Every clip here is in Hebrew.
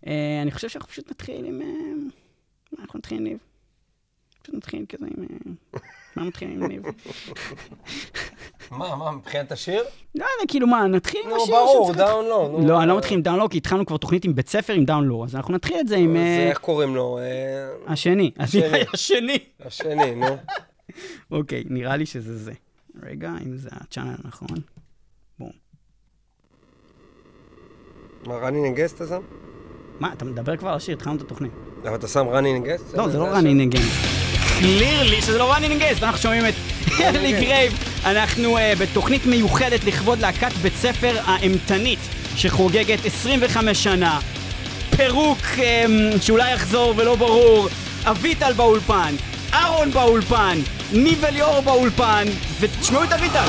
אני חושב שאנחנו פשוט נתחיל עם... אנחנו נתחיל עם ניב. פשוט נתחיל כזה עם... מה מתחילים עם ניב? מה, מבחינת השיר? לא, כאילו מה, נתחיל עם השיר? ברור, דאון-לו. לא, אני לא מתחיל עם דאון-לו, כי התחלנו כבר תוכנית עם בית ספר עם דאון-לו, אז אנחנו נתחיל את זה עם... איך קוראים לו? השני. השני, נו. אוקיי, נראה לי שזה זה. רגע, אם זה הצ'אנל הנכון. בום. מה, רני נגסט אתה שם? מה, אתה מדבר כבר על השיר, התחלנו את התוכנית. אבל אתה שם רני נגסט? לא, זה לא רני נגסט. קלירלי שזה לא רני נגסט, אנחנו שומעים את ארלי גרייב. אנחנו בתוכנית מיוחדת לכבוד להקת בית ספר האמתנית, שחוגגת 25 שנה. פירוק שאולי יחזור ולא ברור. אביטל באולפן, אהרון באולפן, ניב וליאור באולפן, ותשמעו את אביטל.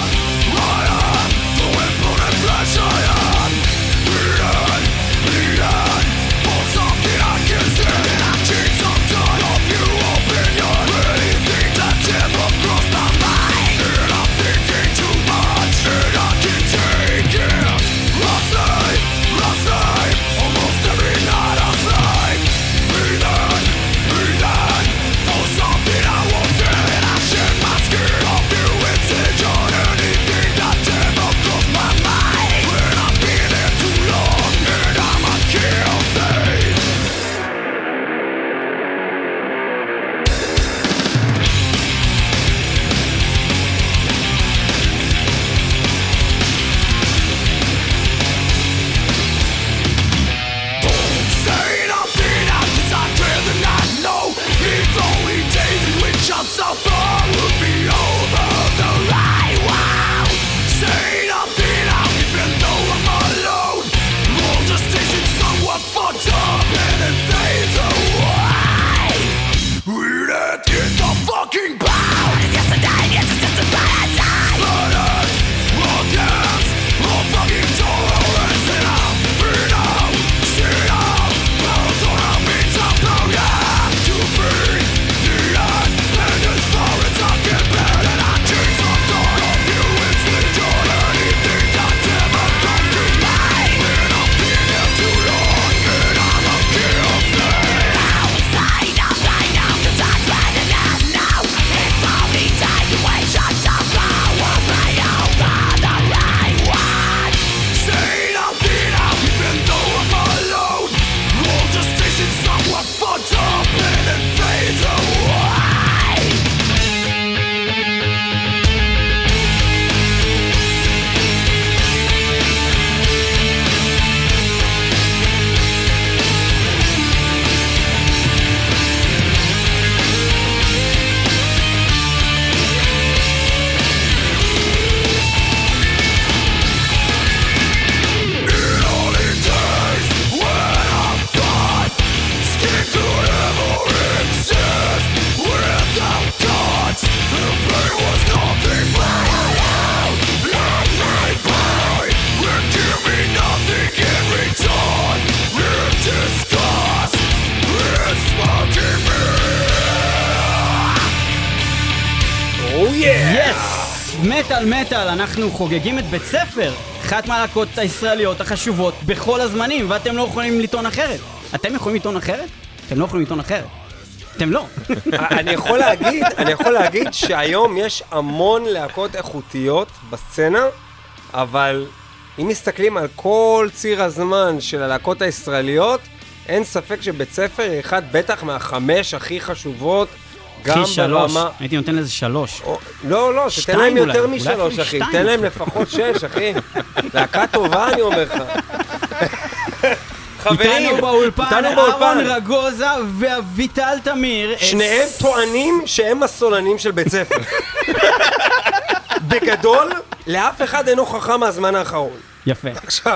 מטל, אנחנו חוגגים את בית ספר, אחת מהלהקות הישראליות החשובות בכל הזמנים, ואתם לא יכולים לטעון אחרת. אתם יכולים לטעון אחרת? אתם לא יכולים לטעון אחרת. אתם לא. אני יכול להגיד שהיום יש המון להקות איכותיות בסצנה, אבל אם מסתכלים על כל ציר הזמן של הלהקות הישראליות, אין ספק שבית ספר היא אחד בטח מהחמש הכי חשובות, גם ברמה... הייתי נותן לזה 3. לא, תתן להם יותר מ3, אחי. תן להם לפחות 6, אחי. להקה טובה, אני אומר לך. חברים, איתנו באולפן, אהרון רגוזה ואביטל תמיר. שניהם טוענים שהם הסולנים של בית ספר. בגדול, לאף אחד אינו חכם מהזמן האחרון. יפה. עכשיו,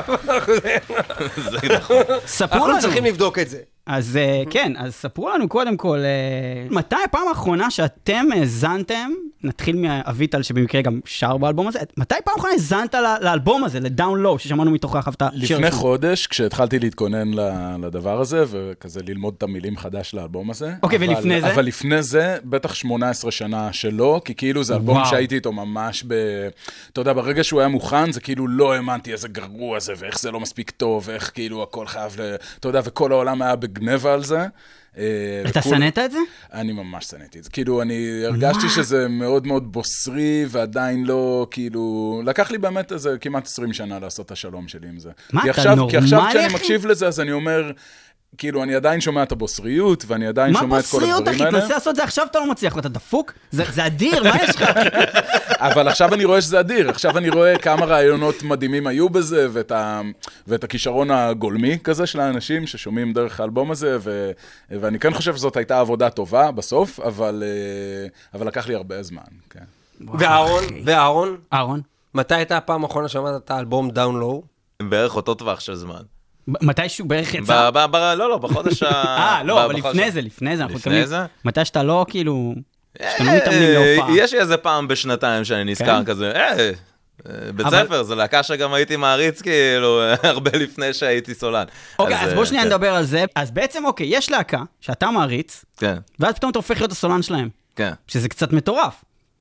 אנחנו צריכים לבדוק את זה. אז כן, אז ספרו לנו קודם כל, מתי הפעם האחרונה שאתם האזנתם נתחיל מאביטל שבמקרה גם שר באלבום הזה. מתי פעם אחרונה הזנת לאלבום הזה, לדאון לואו, ששמענו מתוך אהבת השיר? לפני חודש, כשהתחלתי להתכונן לדבר הזה, וכזה ללמוד את המילים חדש לאלבום הזה. אוקיי, ולפני זה? אבל לפני זה, בטח 18 שנה שלא, כי כאילו זה אלבום שהייתי איתו ממש אתה יודע, ברגע שהוא היה מוכן, זה כאילו לא האמנתי איזה גרוע זה, ואיך זה לא מספיק טוב, ואיך כאילו הכל חייב אתה יודע, וכל העולם היה בגנבה על זה. אתה שנאת את זה? אני ממש שנאתי את זה. כאילו, אני הרגשתי שזה מאוד מאוד בוסרי, ועדיין לא, כאילו, לקח לי באמת איזה כמעט 20 שנה לעשות את השלום שלי עם זה. מה, אתה נורמלי? כי עכשיו כשאני מקשיב לזה, אז אני אומר, כאילו, אני עדיין שומע את הבוסריות, ואני עדיין שומע את כל הדברים האלה. מה בוסריות, אחי? תנסה לעשות את זה עכשיו, אתה לא מצליח, ואתה דפוק? זה אדיר, מה יש לך? אבל עכשיו אני רואה שזה אדיר, עכשיו אני רואה כמה רעיונות מדהימים היו בזה, ואת הכישרון הגולמי כזה של האנשים ששומעים דרך האלבום הזה, ואני כן חושב שזאת הייתה עבודה טובה בסוף, אבל לקח לי הרבה זמן, כן. ואהרון, מתי הייתה הפעם האחרונה שמעת את האלבום דאון לואו? בערך אותו טווח של זמן. מתישהו בערך יצא? לא, בחודש לא, אבל לפני זה, אנחנו מתכוונים, מתי שאתה לא, כאילו, שאתה לא מתאמנים להופעה. יש איזה פעם בשנתיים שאני נזכר כזה, בית ספר, זו להקה שגם הייתי מעריץ, כאילו, הרבה לפני שהייתי סולן. אוקיי, אז בוא שנייה נדבר על זה. אז בעצם, אוקיי, יש להקה שאתה מעריץ, ואז פתאום אתה הופך להיות הסולן שלהם. כן. שזה קצת מטורף.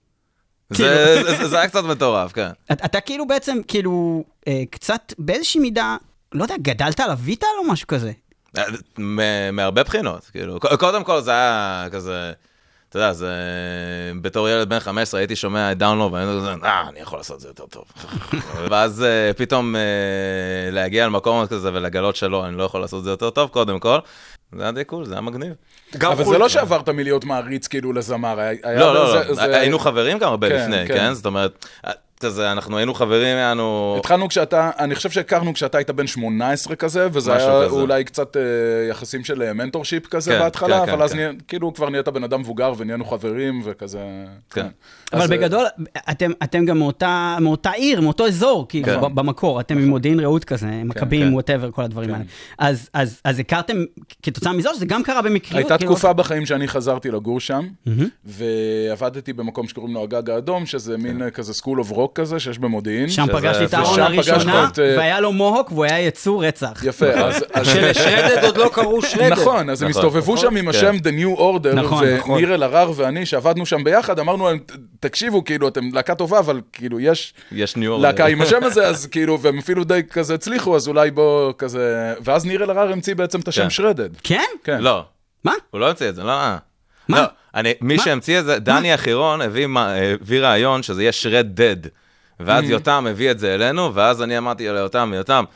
זה היה קצת מטורף, כן. אתה כאילו בעצם, כאילו, קצת באיזושהי מידה, לא יודע, גדלת על אביטל או משהו כזה? מהרבה בחינות, כאילו. קודם כל זה היה כזה, אתה יודע, זה, בתור ילד בן 15 הייתי שומע את דאון לואו, ואני כזה, אני יכול לעשות את זה יותר טוב. ואז פתאום להגיע למקום כזה ולגלות שלא, אני לא יכול לעשות את זה יותר טוב, קודם כל. זה היה די קול, זה היה מגניב. אבל זה לא שעברת מלהיות מעריץ כאילו לזמר. לא, היינו חברים גם הרבה לפני, כן? זאת אומרת, כזה, אנחנו היינו חברים, התחלנו אני חושב שהכרנו כשאתה היית בן 18 כזה, וזה היה אולי קצת יחסים של מנטורשיפ כזה בהתחלה, אבל אז כאילו כבר נהיית בן אדם מבוגר ונהיינו חברים וכזה. אבל בגדול, אתם גם מאותה עיר, מאותו אזור, כאילו, במקור, אתם ממודיעין רעות כזה, מכבים, whatever, כל הדברים האלה. אז הכרתם כתוצאה מזו, שזה גם קרה במקריות? הייתה תקופה בחיים שאני חזרתי לגור שם, ועבדתי במקום שקוראים לו הגג האדום, שזה מין כזה school of rock כזה, שיש במודיעין. שם פגשתי את הארון הראשונה, והיה לו מוהוק, והוא היה יצור רצח. יפה, אז שלשרדד עוד לא קראו שרדד. נכון, אז הם הסתובבו שם עם השם The New Order, וניר אלהרר ואני, שעבדנו שם ביחד, אמרנו להם, תקשיבו, כאילו, אתם להקה טובה, אבל כאילו, יש להקה עם השם הזה, אז כאילו, והם אפילו די כזה הצליחו, אז אולי בוא כזה, ואז ניר אלהרר המציא בעצם את השם שרדד. כן? לא. מה? הוא לא המציא את זה, לא. מה? מי שהמציא את זה, דני החירון הביא רעיון שזה יהיה שרד דד. ואז יותם הביא את זה אלינו, ואז אני אמרתי ליותם,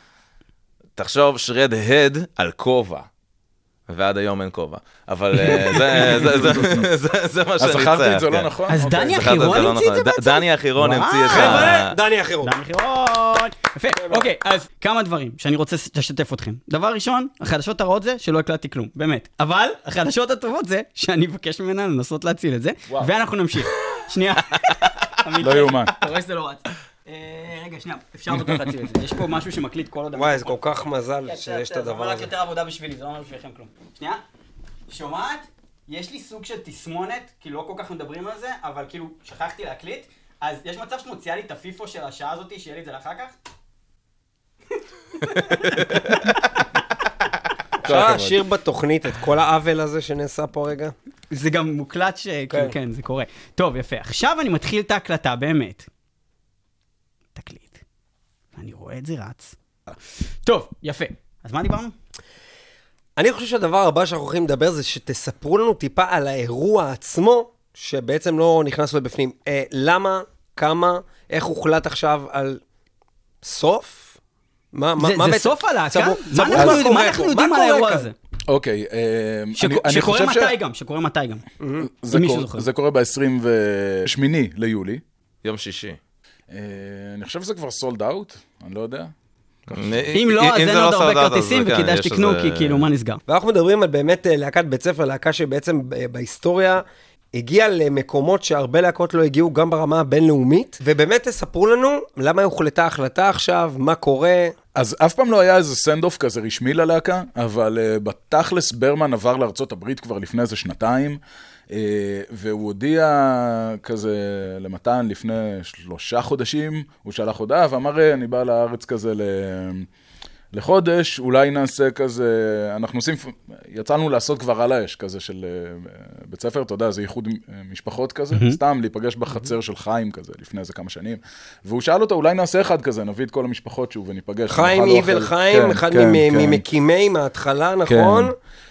תחשוב שרד הד על כובע. ועד היום אין כובע. אבל זה מה שאני אז זכרתי את זה לא נכון. אז דני החירון המציא את זה בעצם? דני החירון המציא את זה. דני החירון. יפה. אוקיי, אז כמה דברים שאני רוצה לשתף אתכם. דבר ראשון, החדשות הרעות זה שלא הקלטתי כלום, באמת. אבל החדשות הטובות זה שאני מבקש ממנה לנסות להציל את זה, ואנחנו נמשיך. שנייה. לא יאומן. אתה רואה שזה לא רץ. רגע, שנייה, אפשר בטח להציל את זה. יש פה משהו שמקליט כל עוד... וואי, זה כל כך מזל שיש את הדבר הזה. זה אומר רק יותר עבודה בשבילי, זה לא אומר בשבילכם כלום. שנייה, שומעת? יש לי סוג של תסמונת, כאילו לא כל כך מדברים על זה, אבל כאילו שכחתי להקליט, אז יש מצב שמוציאה לי את הפיפו של השעה הזאת, שיהיה לי את זה לאחר כך? אפשר להשאיר בתוכנית את כל העוול הזה שנעשה פה רגע? זה גם מוקלט שכן, זה קורה. טוב, יפה. עכשיו אני מתחיל את ההקלטה, באמת. תקליט. אני רואה את זה רץ. טוב, יפה. אז מה דיברנו? אני חושב שהדבר הבא שאנחנו הולכים לדבר זה שתספרו לנו טיפה על האירוע עצמו, שבעצם לא נכנס לבפנים. למה, כמה, איך הוחלט עכשיו על סוף? זה סוף הלהקה? מה אנחנו יודעים על האירוע הזה? אוקיי, שקורה מתי גם. זה קורה ב-28 ליולי. יום שישי. אני חושב שזה כבר סולד אאוט, אני לא יודע. אם לא, אז אין עוד הרבה כרטיסים, וכדאי שתקנו, כי כאילו, מה נסגר? ואנחנו מדברים על באמת להקת בית ספר, להקה שבעצם בהיסטוריה הגיע למקומות שהרבה להקות לא הגיעו גם ברמה הבינלאומית, ובאמת תספרו לנו למה הוחלטה ההחלטה עכשיו, מה קורה. אז אף פעם לא היה איזה סנד-אוף כזה רשמי ללהקה, אבל בתכלס ברמן עבר לארצות הברית כבר לפני איזה 2 והוא הודיע כזה למתן לפני 3 חודשים, הוא שלח הודעה ואמר, אני בא לארץ כזה לחודש, אולי נעשה כזה, אנחנו עושים, יצאנו לעשות כבר על האש כזה של בית ספר, אתה יודע, זה ייחוד משפחות כזה, סתם להיפגש בחצר של חיים כזה, לפני איזה כמה שנים, והוא שאל אותו, אולי נעשה אחד כזה, נביא את כל המשפחות שוב וניפגש. חיים איבל חיים, אחד ממקימי מההתחלה, נכון?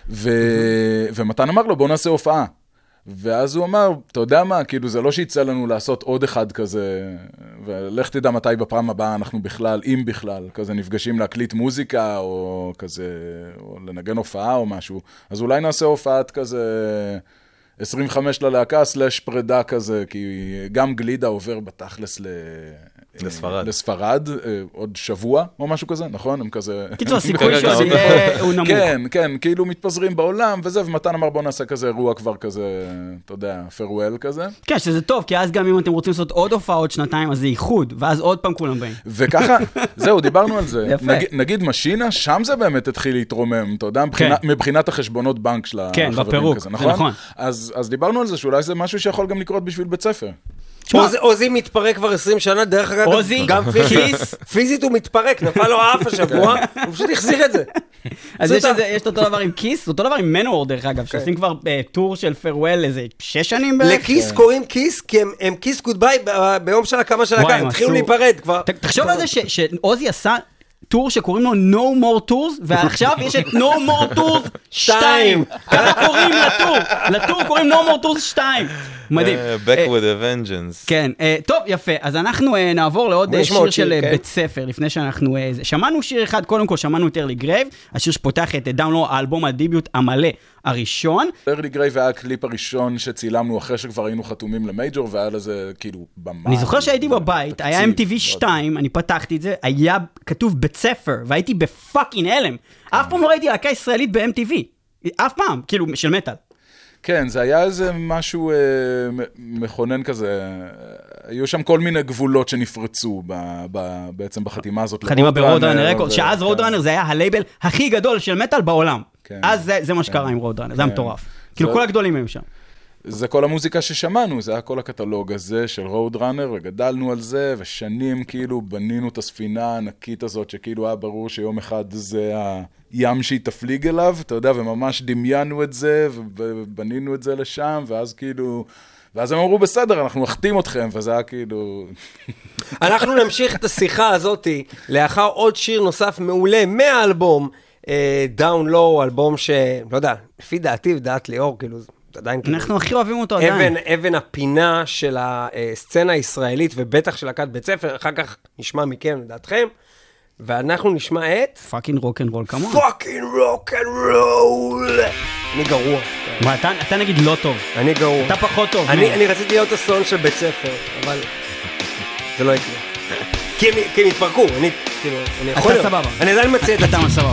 ומתן אמר לו, בוא נעשה הופעה. ואז הוא אמר, אתה יודע מה, כאילו זה לא שיצא לנו לעשות עוד אחד כזה, ולך תדע מתי בפעם הבאה אנחנו בכלל, אם בכלל, כזה נפגשים להקליט מוזיקה, או כזה, או לנגן הופעה או משהו, אז אולי נעשה הופעת כזה 25 ללהקה, סלש פרידה כזה, כי גם גלידה עובר בתכלס לספרד, עוד שבוע או משהו כזה, נכון? הם כזה... קיצור, הסיכוי שזה יהיה הוא נמוך. כן, כן, כאילו מתפזרים בעולם וזה, ומתן אמר בוא נעשה כזה אירוע כבר כזה, אתה יודע, פרוול כזה. כן, שזה טוב, כי אז גם אם אתם רוצים לעשות עוד הופעה עוד 2, אז זה ייחוד, ואז עוד פעם כולם באים. וככה, זהו, דיברנו על זה. נגיד משינה, שם זה באמת התחיל להתרומם, אתה יודע, מבחינת החשבונות בנק של החברים כזה, נכון? אז דיברנו על זה, שאולי זה משהו שיכול גם לקרות בשביל בית ספר. עוזי מתפרק כבר 20 שנה, דרך אגב, גם פיזית הוא מתפרק, נפל לו אף השבוע, הוא פשוט החזיר את זה. אז יש אותו דבר עם כיס, אותו דבר עם מנוור דרך אגב, שעושים כבר טור של פרוול איזה 6 שנים בערך. לכיס קוראים כיס, כי הם כיס גודביי ביום של הקמה של הקה, התחילו להיפרד כבר. תחשוב על זה שעוזי עשה טור שקוראים לו No More Tours, ועכשיו יש את No More Tours 2. ככה קוראים לטור. לטור קוראים No More Tours 2. מדהים. Back with a vengeance. כן, טוב, יפה. אז אנחנו נעבור לעוד שיר של בית ספר, לפני שאנחנו... שמענו שיר אחד, קודם כל שמענו את Early Grave, השיר שפותח את דאונלו, האלבום הדיביוט המלא הראשון. Early Grave היה הקליפ הראשון שצילמנו אחרי שכבר היינו חתומים למייג'ור, והיה לזה כאילו במה. אני זוכר שהייתי בבית, היה MTV 2, אני פתחתי את זה, היה כתוב בית ספר, והייתי בפאקינג הלם. אף פעם לא ראיתי להקה ישראלית ב-MTV. אף פעם, כאילו, של מטל. כן, זה היה איזה משהו מכונן כזה, היו שם כל מיני גבולות שנפרצו בעצם בחתימה הזאת. חתימה ברודראנר רקורד, שאז רודראנר זה היה הלייבל הכי גדול של מטל בעולם. אז זה מה שקרה עם רודראנר, זה היה מטורף. כאילו כל הגדולים הם שם. זה כל המוזיקה ששמענו, זה היה כל הקטלוג הזה של רודראנר, וגדלנו על זה, ושנים כאילו בנינו את הספינה הענקית הזאת, שכאילו היה ברור שיום אחד זה הים שהיא תפליג אליו, אתה יודע, וממש דמיינו את זה, ובנינו את זה לשם, ואז כאילו... ואז הם אמרו, בסדר, אנחנו נחתים אתכם, וזה היה כאילו... אנחנו נמשיך את השיחה הזאת לאחר עוד שיר נוסף מעולה מהאלבום, Down Low, אלבום ש... לא יודע, לפי דעתי ודעת ליאור, כאילו... אנחנו הכי אוהבים אותו עדיין. אבן הפינה של הסצנה הישראלית, ובטח של להקת בית ספר, אחר כך נשמע מכם, לדעתכם, ואנחנו נשמע את... פאקינג רוק'נ'רול, כמובן. פאקינג רוק'נ'רול! אני גרוע. מה, אתה נגיד לא טוב. אני גרוע. אתה פחות טוב. אני רציתי להיות הסון של בית ספר, אבל זה לא יקרה. כי הם התפרקו, אני יכול להיות. אתה סבבה. אני עדיין מציע את אתה סבבה.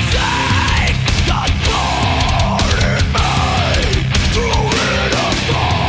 Fall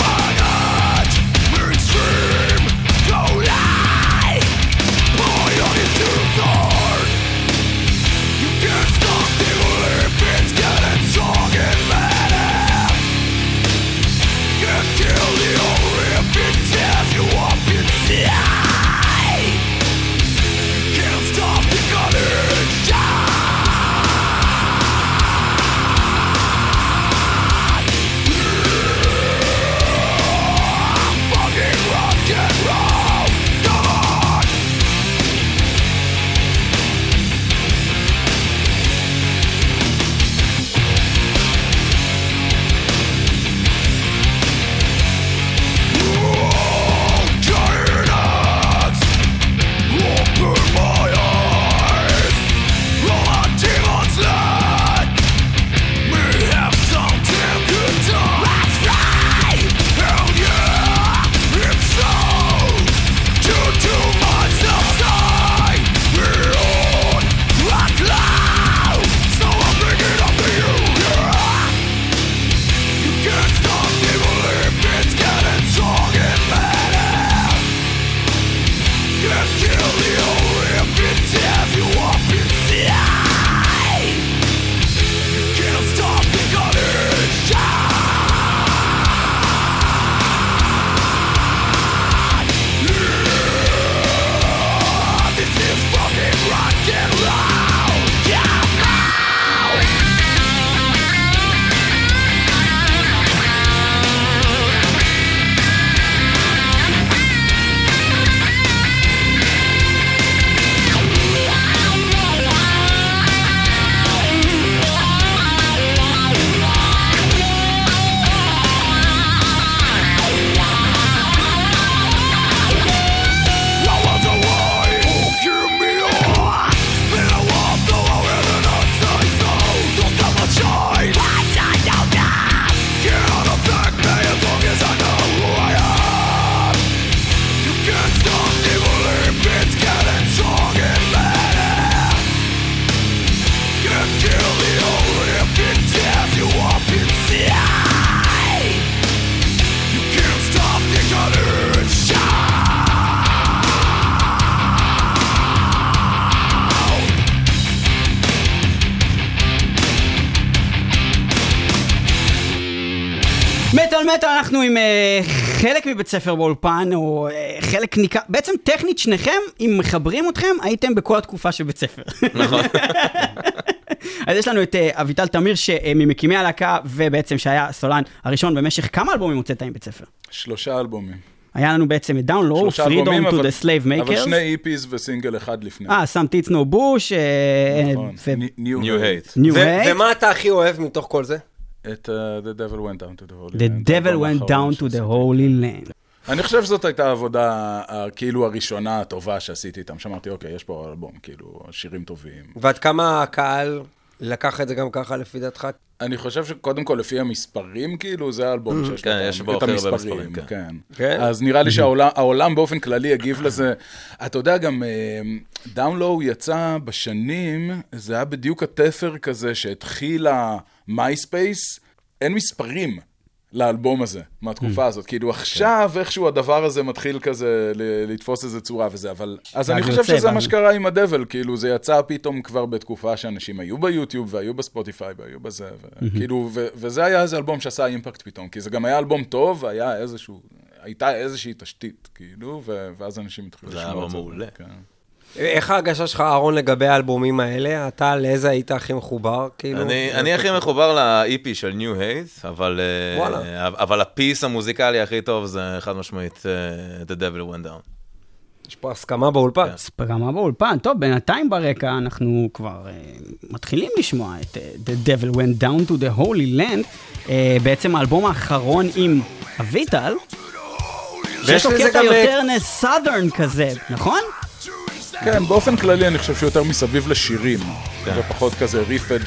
אנחנו עם חלק מבית ספר באולפן, או חלק ניכר, בעצם טכנית שניכם, אם מחברים אתכם, הייתם בכל התקופה של בית ספר. נכון. אז יש לנו את אביטל תמיר, ממקימי הלהקה, ובעצם שהיה סולן הראשון במשך כמה אלבומים הוצאת עם בית ספר? 3 אלבומים. היה לנו בעצם את Down Low, Freedom to the Slave Makers. אבל 2 EPs וסינגל אחד לפני. Some Tits No Bush. New Hate. New Hate. ומה אתה הכי אוהב מתוך כל זה? את The Devil Went Down to the Holy Land. The Devil Went Down to the Holy Land. אני חושב שזאת הייתה העבודה כאילו הראשונה הטובה שעשיתי איתם. שאמרתי, אוקיי, יש פה אלבום, כאילו, שירים טובים. ועד כמה הקהל לקח את זה גם ככה לפי דעתך? אני חושב שקודם כל לפי המספרים, כאילו, זה האלבום שיש לו את המספרים. כן. אז נראה לי שהעולם באופן כללי הגיב לזה. אתה יודע, גם Down Low יצא בשנים, זה היה בדיוק התפר כזה שהתחיל ה-MySpace, אין מספרים לאלבום הזה, מהתקופה הזאת. כאילו עכשיו איכשהו הדבר הזה מתחיל כזה לתפוס איזה צורה וזה, אבל... אז אני חושב שזה מה שקרה עם הדבל, כאילו זה יצא פתאום כבר בתקופה שאנשים היו ביוטיוב והיו בספוטיפיי והיו בזה, כאילו, וזה היה איזה אלבום שעשה אימפקט פתאום, כי זה גם היה אלבום טוב, הייתה איזושהי תשתית, כאילו, ואז אנשים התחילו לשמוע את זה. זה היה מעולה. איך ההרגשה שלך, אהרון, לגבי האלבומים האלה? אתה לאיזה היית הכי מחובר? אני הכי מחובר ל-EP של New Hate, אבל הפיס המוזיקלי הכי טוב זה חד משמעית The Devil Went Down. יש פה הסכמה באולפן. הסכמה באולפן. טוב, בינתיים ברקע אנחנו כבר מתחילים לשמוע את The Devil Went Down to the Holy Land, בעצם האלבום האחרון עם אביטל, שיש לו קטע יותר סאדרן כזה, נכון? כן, באופן כללי אני חושב שיותר מסביב לשירים, ופחות כזה ריפג'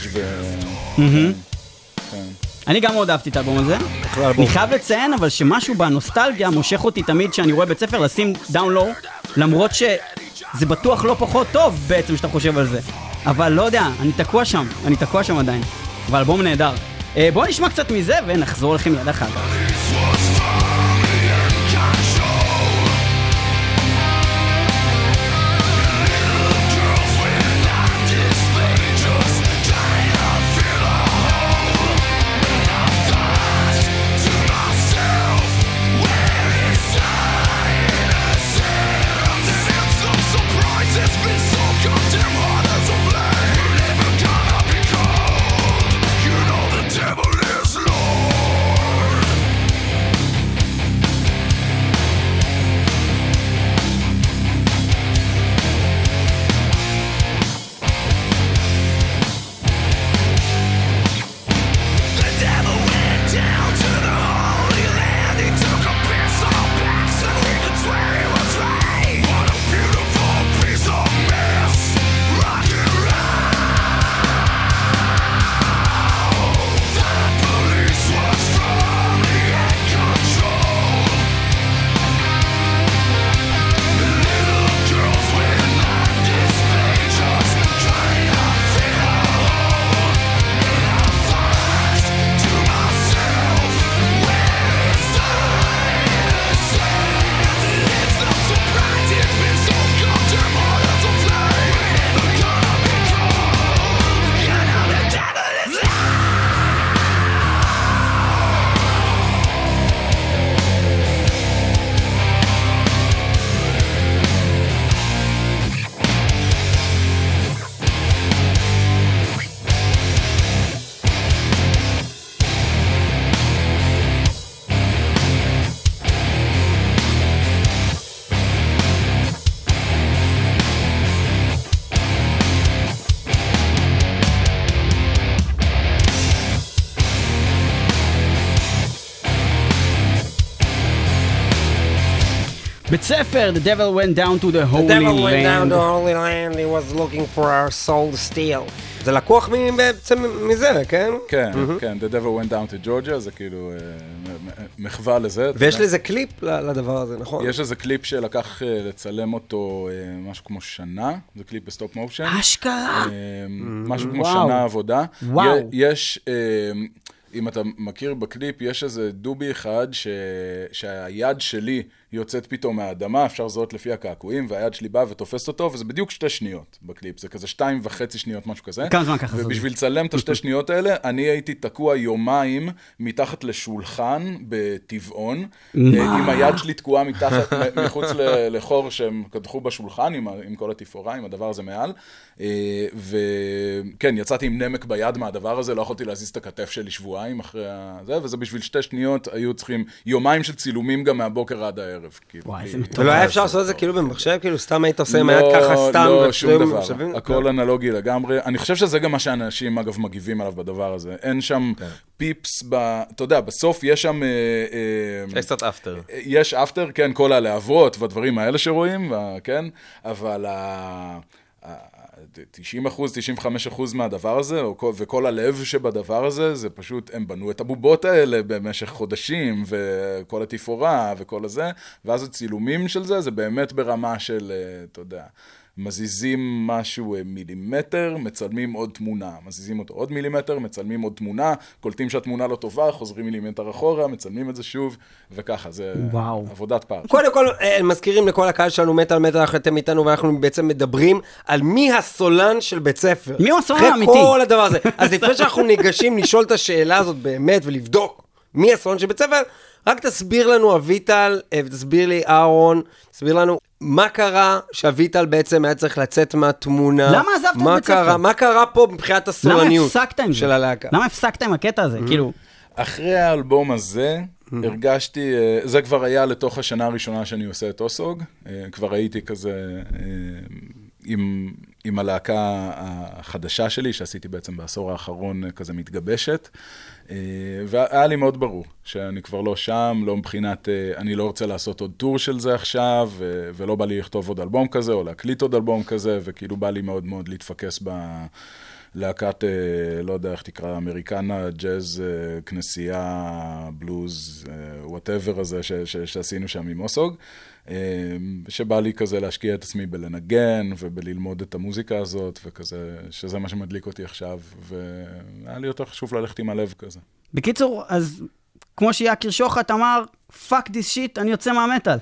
אני גם מאוד אהבתי את האלבום הזה. אני חייב לציין, אבל שמשהו בנוסטלגיה מושך אותי תמיד כשאני רואה בית ספר לשים Down Low, למרות שזה בטוח לא פחות טוב בעצם שאתה חושב על זה. אבל לא יודע, אני תקוע שם עדיין. אבל אלבום נהדר. בואו נשמע קצת מזה ונחזור לכם יד אחת. בית ספר, The Devil Went Down to the Holy Land. The Devil Went Down to the Holy Land, he was looking for our soul to steal. זה לקוח בעצם מזה, כן? כן, כן, The Devil Went Down to Georgia, זה כאילו מחווה לזה. ויש לזה קליפ לדבר הזה, נכון? יש איזה קליפ שלקח לצלם אותו משהו כמו שנה, זה קליפ בסטופ מושן. אשכרה? משהו כמו שנה עבודה. וואו. יש... אם אתה מכיר בקליפ, יש איזה דובי אחד שהיד שלי יוצאת פתאום מהאדמה, אפשר לזהות לפי הקעקועים, והיד שלי באה ותופסת אותו, וזה בדיוק 2 שניות בקליפ, זה כזה 2.5 שניות, משהו כזה. כמה זמן ככה? ובשביל לצלם את 2 שניות האלה, אני הייתי תקוע יומיים מתחת לשולחן בטבעון, עם היד שלי תקועה מחוץ לחור שהם קדחו בשולחן, עם כל התפאורה, עם הדבר הזה מעל, וכן, יצאתי עם נמק ביד מהדבר הזה, לא יכולתי להזיז את הכתף שלי שבועיים אחרי זה, וזה בשביל 2 שניות היו צריכים יומיים של צילומים גם מהבוקר עד הערב. וואי, זה מטורף. ולא היה אפשר לעשות את זה כאילו במחשב, כאילו סתם היית עושה עם היד ככה סתם. לא, שום דבר, הכל אנלוגי לגמרי. אני חושב שזה גם מה שאנשים אגב מגיבים עליו בדבר הזה. אין שם פיפס, אתה יודע, בסוף יש שם... יש קצת אפטר. יש אפטר, כן, כל הלהבות והדברים האלה שרואים, כן, אבל 90%, 95% מהדבר הזה, וכל הלב שבדבר הזה, זה פשוט, הם בנו את הבובות האלה במשך חודשים, וכל התפאורה וכל הזה, ואז הצילומים של זה, זה באמת ברמה של, אתה יודע, מזיזים משהו מילימטר, מצלמים עוד תמונה, מזיזים אותו עוד מילימטר, מצלמים עוד תמונה, קולטים שהתמונה לא טובה, חוזרים מילימטר אחורה, מצלמים את זה שוב, וככה, זה עבודת פער. קודם כל, מזכירים לכל הקהל שלנו מטל, אתם איתנו, ואנחנו בעצם מדברים על מי הסולן של בית ספר. מי הוא הסולן האמיתי? אחרי כל הדבר הזה. אז לפני שאנחנו ניגשים לשאול את השאלה הזאת באמת, ולבדוק מי הסולן של בית ספר, רק תסביר לנו אביטל, ותסביר לי אהרון, תסביר לנו מה קרה שאביטל בעצם היה צריך לצאת מהתמונה. למה עזבת את בית ספר? מה קרה פה מבחינת הסולניות של הלהקה? למה הפסקת עם הקטע הזה? כאילו... אחרי האלבום הזה, הרגשתי, זה כבר היה לתוך השנה הראשונה שאני עושה את אוסוג, כבר הייתי כזה עם הלהקה החדשה שלי, שעשיתי בעצם בעשור האחרון כזה מתגבשת, והיה לי מאוד ברור שאני כבר לא שם, לא מבחינת, אני לא רוצה לעשות עוד טור של זה עכשיו, ולא בא לי לכתוב עוד אלבום כזה, או להקליט עוד אלבום כזה, וכאילו בא לי מאוד מאוד להתפקס להקת, לא יודע איך תקרא, אמריקנה, ג'אז, כנסייה, בלוז, whatever הזה שעשינו שם עם אוסוג, שבא לי כזה להשקיע את עצמי בלנגן ובללמוד את המוזיקה הזאת, וכזה, שזה מה שמדליק אותי עכשיו, והיה לי יותר חשוב ללכת עם הלב כזה. בקיצור, אז כמו שיקיר שוחט אמר, fuck this shit, אני יוצא מהמטל.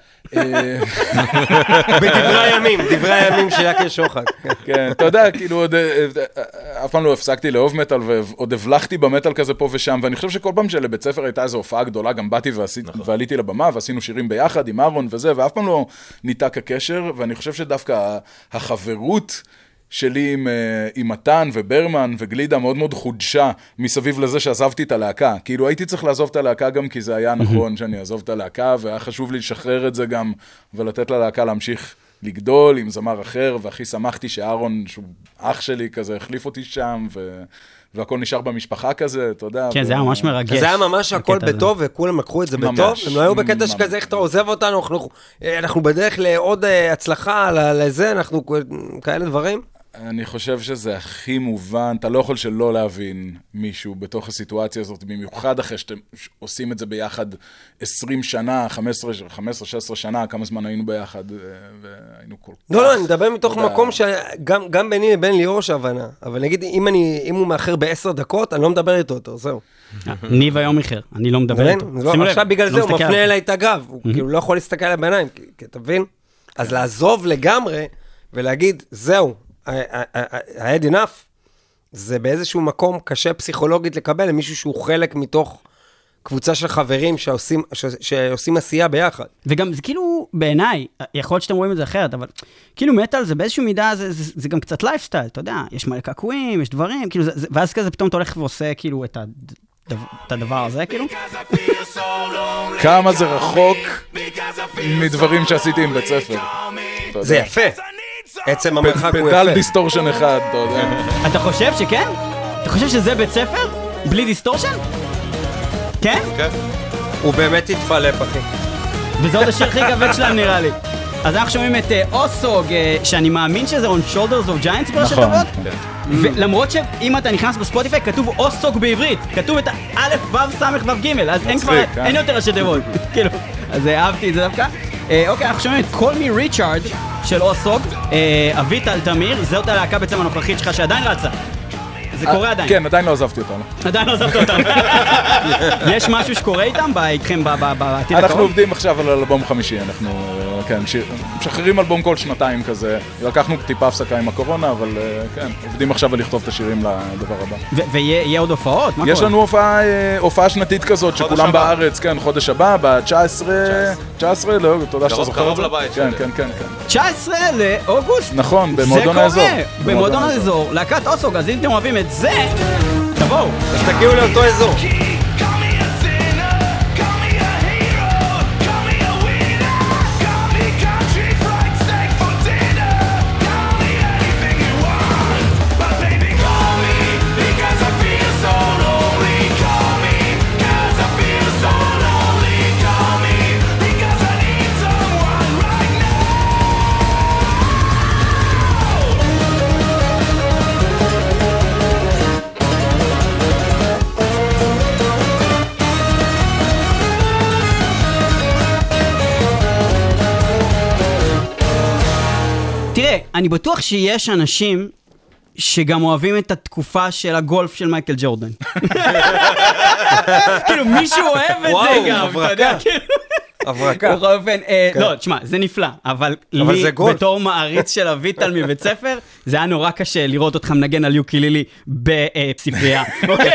דברי הימים של יקיר שוחט. כן, אתה יודע, כאילו עוד, אף פעם לא הפסקתי לאהוב מטל, ועוד הבלחתי במטל כזה פה ושם, ואני חושב שכל פעם שלבית ספר הייתה איזו הופעה גדולה, גם באתי ועליתי לבמה, ועשינו שירים ביחד עם אהרון וזה, ואף פעם לא ניתק הקשר, ואני חושב שדווקא החברות שלי עם מתן וברמן וגלידה מאוד מאוד חודשה מסביב לזה שעזבתי את הלהקה. כאילו הייתי צריך לעזוב את הלהקה גם כי זה היה נכון שאני אעזוב את הלהקה, והיה חשוב לי לשחרר את זה גם ולתת ללהקה להמשיך לגדול עם זמר אחר, והכי שמחתי שאהרון, שהוא אח שלי כזה, החליף אותי שם, והכל נשאר במשפחה כזה, אתה יודע. כן, זה היה ממש מרגש. זה היה ממש הכל בטוב, וכולם לקחו את זה בטוב. הם לא היו בקטע שכזה, איך אתה עוזב אותנו, אנחנו בדרך לעוד הצלחה לזה, אנחנו כאלה דברים. אני חושב שזה הכי מובן, אתה לא יכול שלא להבין מישהו בתוך הסיטואציה הזאת, במיוחד אחרי שאתם עושים את זה ביחד 20 שנה, 15-16 שנה, כמה זמן היינו ביחד, והיינו כל כך... לא, אני מדבר מתוך מקום שגם ביני לבין ליאור יש הבנה, אבל נגיד, אם הוא מאחר ב10 דקות, אני לא מדבר איתו יותר, זהו. ניב היום איחר, אני לא מדבר איתו. עכשיו בגלל זה הוא מפנה אליי את הגב, הוא כאילו לא יכול להסתכל עליי בעיניים, כי תבין? אז לעזוב לגמרי ולהגיד, זהו, I had enough, זה באיזשהו מקום קשה פסיכולוגית לקבל למישהו שהוא חלק מתוך קבוצה של חברים שעושים עשייה ביחד. וגם זה כאילו בעיניי, יכול להיות שאתם רואים את זה אחרת, אבל כאילו מטל זה באיזשהו מידה, זה גם קצת לייפסטייל, אתה יודע, יש מלא קעקועים, יש דברים, כאילו, ואז כזה פתאום אתה הולך ועושה כאילו את הדבר הזה, כאילו. כמה זה רחוק מדברים שעשיתי עם בית ספר. זה יפה. עצם המרחק הוא יפה. פדל דיסטורשן אחד, אתה יודע. אתה חושב שכן? אתה חושב שזה בית ספר? בלי דיסטורשן? כן? כן. הוא באמת התפלפ, אחי. וזה עוד השיר הכי כבד שלהם נראה לי. אז אנחנו שומעים את אוסוג, שאני מאמין שזה on shoulders of giants בראשי תיבות. ולמרות שאם אתה נכנס בספוטיפיי, כתוב אוסוג בעברית. כתוב את א' ו' ס' ו' ג', אז אין יותר ראשי תיבות. כאילו, אז אהבתי את זה דווקא. אוקיי, אנחנו שומעים את Call Me Richard של אוסוג, אביטל תמיר, זאת הלהקה בעצם הנוכחית שלך שעדיין רצה. זה קורה עדיין. כן, עדיין לא עזבתי אותנו. עדיין לא עזבת אותם. יש משהו שקורה איתכם בעתיד הקרוב? אנחנו עובדים עכשיו על אלבום חמישי, אנחנו, כן, משחררים אלבום כל שנתיים כזה. לקחנו טיפה הפסקה עם הקורונה, אבל כן, עובדים עכשיו על לכתוב את השירים לדבר הבא. ויהיה עוד הופעות? מה קורה? יש לנו הופעה שנתית כזאת, שכולם בארץ, כן, חודש הבא, ב-19, לא, תודה שאתה זוכר את זה. קרוב לבית כן, שלי. כן, כן, כן. 19 לאוגוסט. נכון, במועדון האזור. זה קורה, במועדון האזור, להקת אוסוג, אז אם אתם אוהבים את זה, תבואו. אז תגיעו לאותו אזור. תראה, אני בטוח שיש אנשים שגם אוהבים את התקופה של הגולף של מייקל ג'ורדן. כאילו, מישהו אוהב את זה גם, אתה יודע, כאילו. הברקה. בכל אופן, לא, תשמע, זה נפלא, אבל לי, בתור מעריץ של אביטל מבית ספר, זה היה נורא קשה לראות אותך מנגן על יוקילילי בספרייה.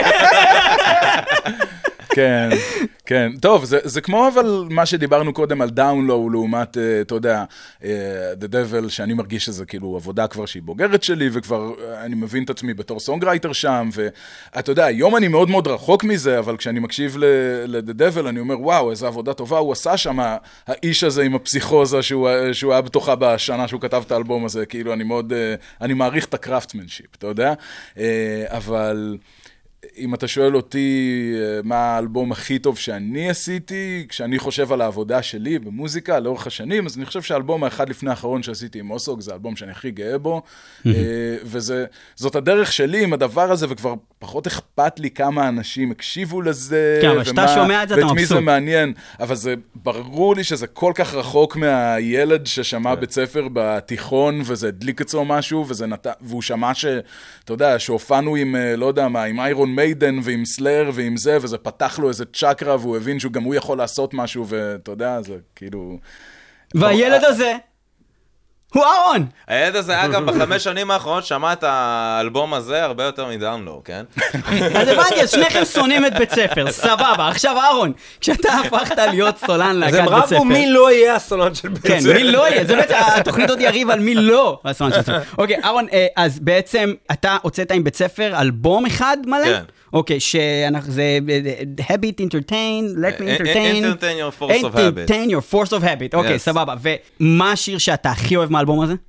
כן, כן. טוב, זה כמו אבל מה שדיברנו קודם על דאונלואו, לעומת, אתה יודע, The Devil, שאני מרגיש שזה כאילו עבודה כבר שהיא בוגרת שלי, וכבר אני מבין את עצמי בתור סונגרייטר שם, ואתה יודע, היום אני מאוד מאוד רחוק מזה, אבל כשאני מקשיב ל-The Devil, אני אומר, וואו, איזו עבודה טובה הוא עשה שם, האיש הזה עם הפסיכוזה שהוא היה בתוכה בשנה שהוא כתב את האלבום הזה, כאילו אני מעריך את הקראפטמנשיפ, אתה יודע? אבל אם אתה שואל אותי מה האלבום הכי טוב שאני עשיתי, כשאני חושב על העבודה שלי במוזיקה לאורך השנים, אז אני חושב שהאלבום האחד לפני האחרון שעשיתי עם אוסוג, זה האלבום שאני הכי גאה בו, וזאת הדרך שלי עם הדבר הזה, וכבר פחות אכפת לי כמה אנשים הקשיבו לזה, כן, אבל שאתה שומע את זה, אתה מבסוט. ואת מי זה מעניין, אבל זה ברור לי שזה כל כך רחוק מהילד ששמע בית ספר בתיכון, וזה הדליק אצלו משהו, והוא שמע אתה יודע, שהופענו עם, לא יודע מה, עם איירון מיידן ועם סלאר ועם זה, וזה פתח לו איזה צ'קרה, והוא הבין שגם הוא יכול לעשות משהו, ואתה יודע, זה כאילו... והילד הזה הוא אהרון. הילד הזה, אגב, ב5 שנים האחרונות שמע את האלבום הזה הרבה יותר מדאונלואו, כן? אז הבנתי, אז שניכם שונאים את בית ספר, סבבה. עכשיו אהרון, כשאתה הפכת להיות סולן להקת בית ספר. אז הם רבו מי לא יהיה הסולן של בית ספר. כן, מי לא יהיה, זה בעצם, התוכנית עוד יריב על מי לא הסולן של בית ספר. אוקיי, אהרון, אז בעצם אתה הוצאת עם בית ספר אלבום אחד מלא? כן. אוקיי, שזה habit, entertain, let me entertain. Entertain your force of habit. Entertain your force of habit, אוקיי, סבבה. ומה השיר שאתה הכי אוהב מהאלבום הזה?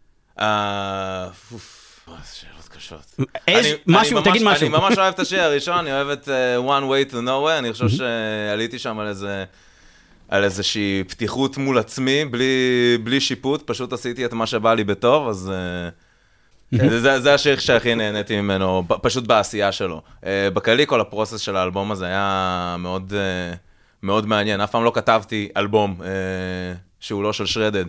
שאלות קשות. משהו, תגיד משהו. אני ממש אוהב את השיר הראשון, אני אוהב את One Way to Nowhere, אני חושב שעליתי שם על איזושהי פתיחות מול עצמי, בלי שיפוט, פשוט עשיתי את מה שבא לי בטוב, אז... זה השיר שהכי נהניתי ממנו, פשוט בעשייה שלו. בכללי כל הפרוסס של האלבום הזה היה מאוד, מאוד מעניין. אף פעם לא כתבתי אלבום שהוא לא של שרדד.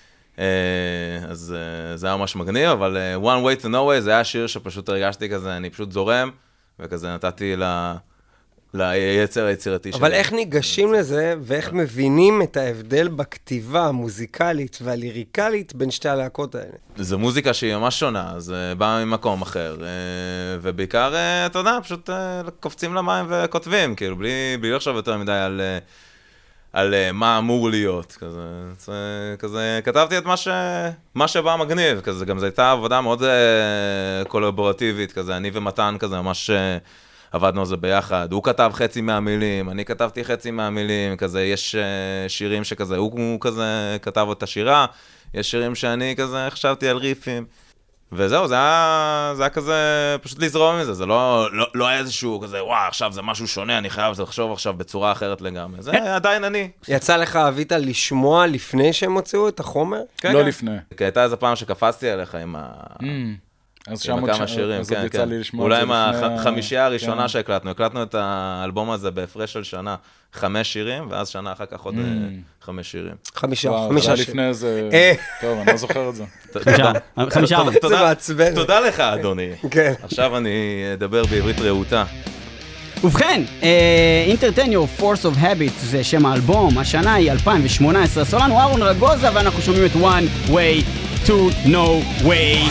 אז זה היה ממש מגניב, אבל One Way to Nowhere זה היה שיר שפשוט הרגשתי כזה, אני פשוט זורם, וכזה נתתי ליצר היצירתי שלי. אבל איך ניגשים לזה, ואיך מבינים את ההבדל בכתיבה המוזיקלית והליריקלית בין שתי הלהקות האלה? זו מוזיקה שהיא ממש שונה, זה בא ממקום אחר, ובעיקר, אתה יודע, פשוט קופצים למים וכותבים, כאילו, בלי לחשוב יותר מדי על מה אמור להיות, כזה, כתבתי את מה שבא מגניב, כזה, גם זו הייתה עבודה מאוד קולבורטיבית, כזה, אני ומתן כזה ממש... עבדנו על זה ביחד, הוא כתב חצי מהמילים, אני כתבתי חצי מהמילים, כזה, יש שירים שכזה, הוא כזה כתב את השירה, יש שירים שאני כזה חשבתי על ריפים, וזהו, זה היה כזה, פשוט לזרום מזה, זה לא היה איזשהו כזה, וואו, עכשיו זה משהו שונה, אני חייב לחשוב עכשיו בצורה אחרת לגמרי, זה עדיין אני. יצא לך אביטל לשמוע לפני שהם הוציאו את החומר? לא לפני. כי הייתה איזה פעם שקפצתי עליך עם אז עם כמה שירים, כן, כן. אולי עם החמישייה הראשונה שהקלטנו, הקלטנו את האלבום הזה בהפרש של שנה, 5 שירים, ואז שנה אחר כך עוד 5 שירים. 5 שירים. לפני איזה... טוב, אני לא זוכר את זה. 5. זה מעצבן. תודה לך, אדוני. כן. עכשיו אני אדבר בעברית רהוטה. ובכן, Entertain Your Force of Habit זה שם האלבום, השנה היא 2018, סולן אהרון רגוזה, ואנחנו שומעים את One Way to No Way.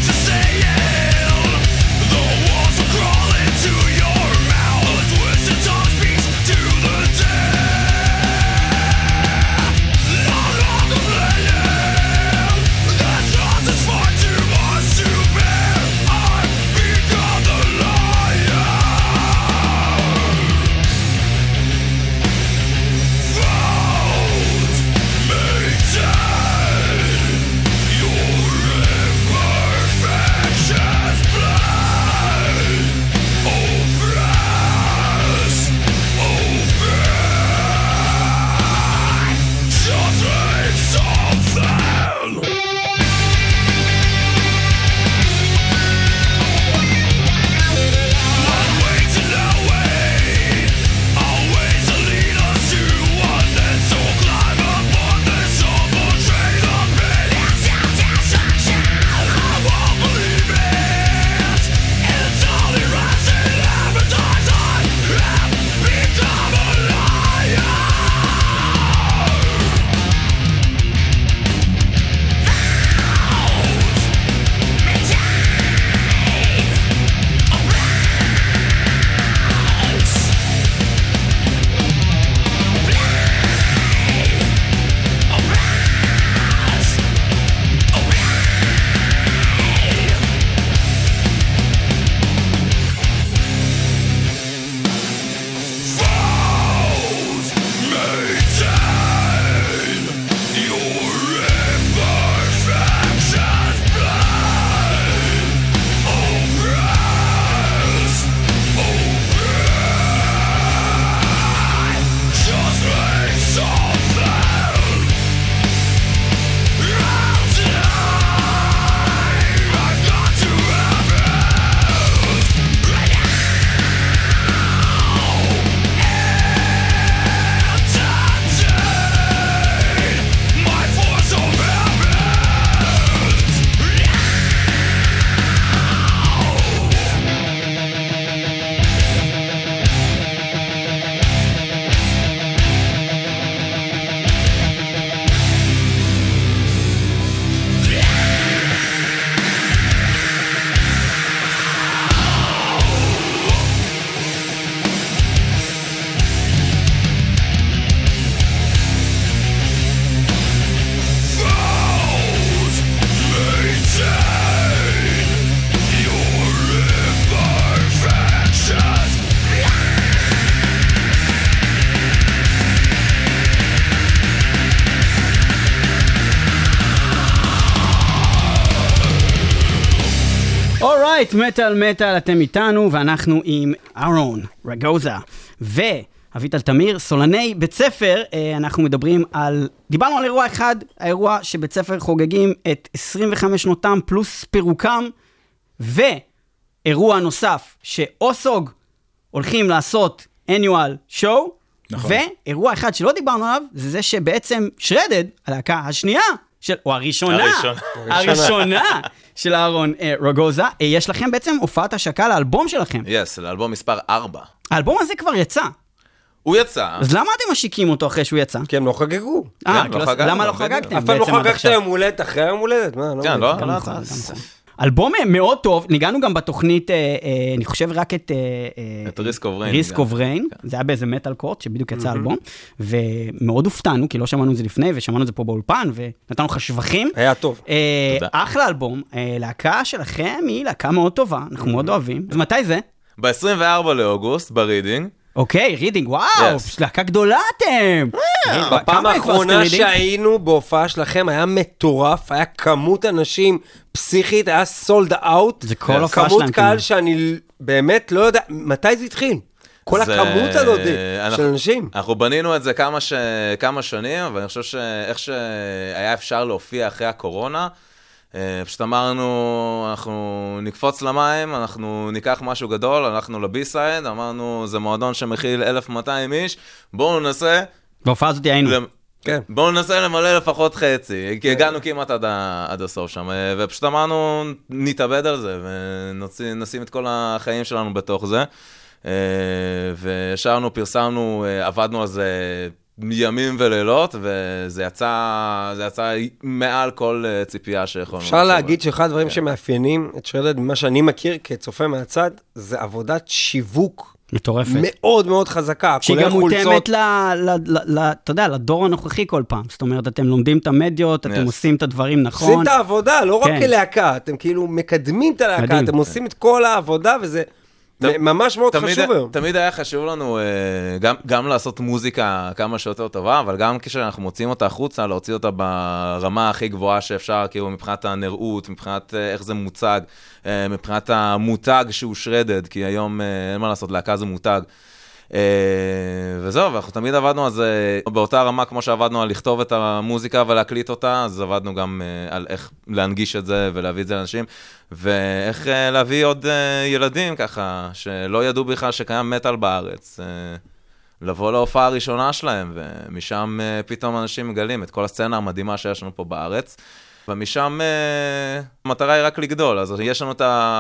מטל, אתם איתנו, ואנחנו עם אהרון רגוזה ואביטל תמיר, סולני בית ספר. אנחנו דיברנו על אירוע אחד, האירוע שבית ספר חוגגים את 25 שנותם פלוס פירוקם, ואירוע נוסף שאוסוג הולכים לעשות annual show, נכון. ואירוע אחד שלא דיברנו עליו, זה שבעצם שרדד, הלהקה השנייה, או הראשונה של אהרון רגוזה, יש לכם בעצם הופעת השקה לאלבום שלכם. לאלבום מספר 4. האלבום הזה כבר יצא. הוא יצא. אז למה אתם משיקים אותו אחרי שהוא יצא? כי הם לא חגגו. למה לא חגגתם? אף פעם לא חגגת יום הולדת אחרי יום הולדת? כן, לא? אלבום מאוד טוב, ניגענו גם בתוכנית, אני חושב רק את ריסק אוף ריין, זה היה באיזה מטל קורט, שבדיוק יצא אלבום, ומאוד הופתענו, כי לא שמענו את זה לפני, ושמענו את זה פה באולפן, ונתנו לך שבחים. היה טוב. אחלה אלבום, להקה שלכם היא להקה מאוד טובה, אנחנו מאוד אוהבים. אז מתי זה? ב-24 לאוגוסט, ברידינג. אוקיי, רידינג, וואו, להקה גדולה אתם. בפעם האחרונה שהיינו בהופעה שלכם היה מטורף, היה כמות אנשים פסיכית, היה סולד אאוט, כמות קהל שאני באמת לא יודע, מתי זה התחיל? כל הכמות הזאת של אנשים. אנחנו בנינו את זה כמה שנים, אבל אני חושב שאיך שהיה אפשר להופיע אחרי הקורונה, פשוט אמרנו, אנחנו נקפוץ למים, אנחנו ניקח משהו גדול, הלכנו לבי-סייד, אמרנו, זה מועדון שמכיל 1,200 איש, בואו ננסה... בהופעה הזאת היינו. כן. בואו ננסה למלא לפחות חצי, כי הגענו כמעט עד הסוף שם, ופשוט אמרנו, נתאבד על זה, ונשים את כל החיים שלנו בתוך זה, ושרנו, פרסמנו, עבדנו על זה ימים ולילות, וזה יצא מעל כל ציפייה שיכולנו. אפשר להגיד שאחד הדברים שמאפיינים את שרדד, ממה שאני מכיר כצופה מהצד, זה עבודת שיווק מטורפת. מאוד מאוד חזקה, שהיא גם מותאמת אתה יודע, לדור הנוכחי כל פעם. זאת אומרת, אתם לומדים את המדיות, אתם עושים את הדברים נכון. עושים את העבודה, לא רק כלהקה, אתם כאילו מקדמים את הלהקה, אתם עושים את כל העבודה, וזה ממש מאוד חשוב היום. תמיד היה חשוב לנו גם לעשות מוזיקה כמה שיותר טובה, אבל גם כשאנחנו מוציאים אותה החוצה, להוציא אותה ברמה הכי גבוהה שאפשר, כאילו מבחינת הנראות, מבחינת איך זה מוצג, מבחינת המותג שהוא שרדד, כי היום אין מה לעשות, להקה זה מותג. וזהו, ואנחנו תמיד עבדנו על זה באותה רמה כמו שעבדנו על לכתוב את המוזיקה ולהקליט אותה, אז עבדנו גם על איך להנגיש את זה ולהביא את זה לאנשים, ואיך להביא עוד ילדים ככה, שלא ידעו בכלל שקיים מטל בארץ, לבוא להופעה הראשונה שלהם, ומשם פתאום אנשים מגלים את כל הסצנה המדהימה שיש לנו פה בארץ, ומשם המטרה היא רק לגדול, אז יש לנו את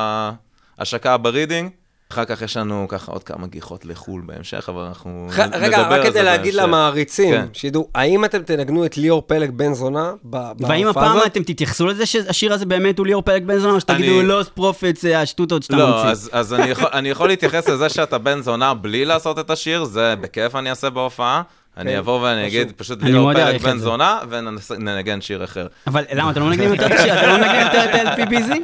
ההשקה ברידינג, אחר כך יש לנו ככה עוד כמה גיחות לחול בהמשך, אבל אנחנו נדבר על זה בהמשך. רגע, רק כדי להגיד למעריצים, שידעו, האם אתם תנגנו את ליאור פלג בן זונה בהופעה הזאת? והאם הפעם אתם תתייחסו לזה שהשיר הזה באמת הוא ליאור פלג בן זונה, או שתגידו לוס פרופיטס, השטוטות שאתה ממציא? לא, אז אני יכול להתייחס לזה שאתה בן זונה בלי לעשות את השיר, זה בכיף אני אעשה בהופעה. אני אבוא ואני אגיד פשוט ליאור פלג בן זונה, וננגן שיר אחר. אבל למה, אתה לא מנגנים יותר את השיר? אתה לא מנגנים יותר את LPBZ?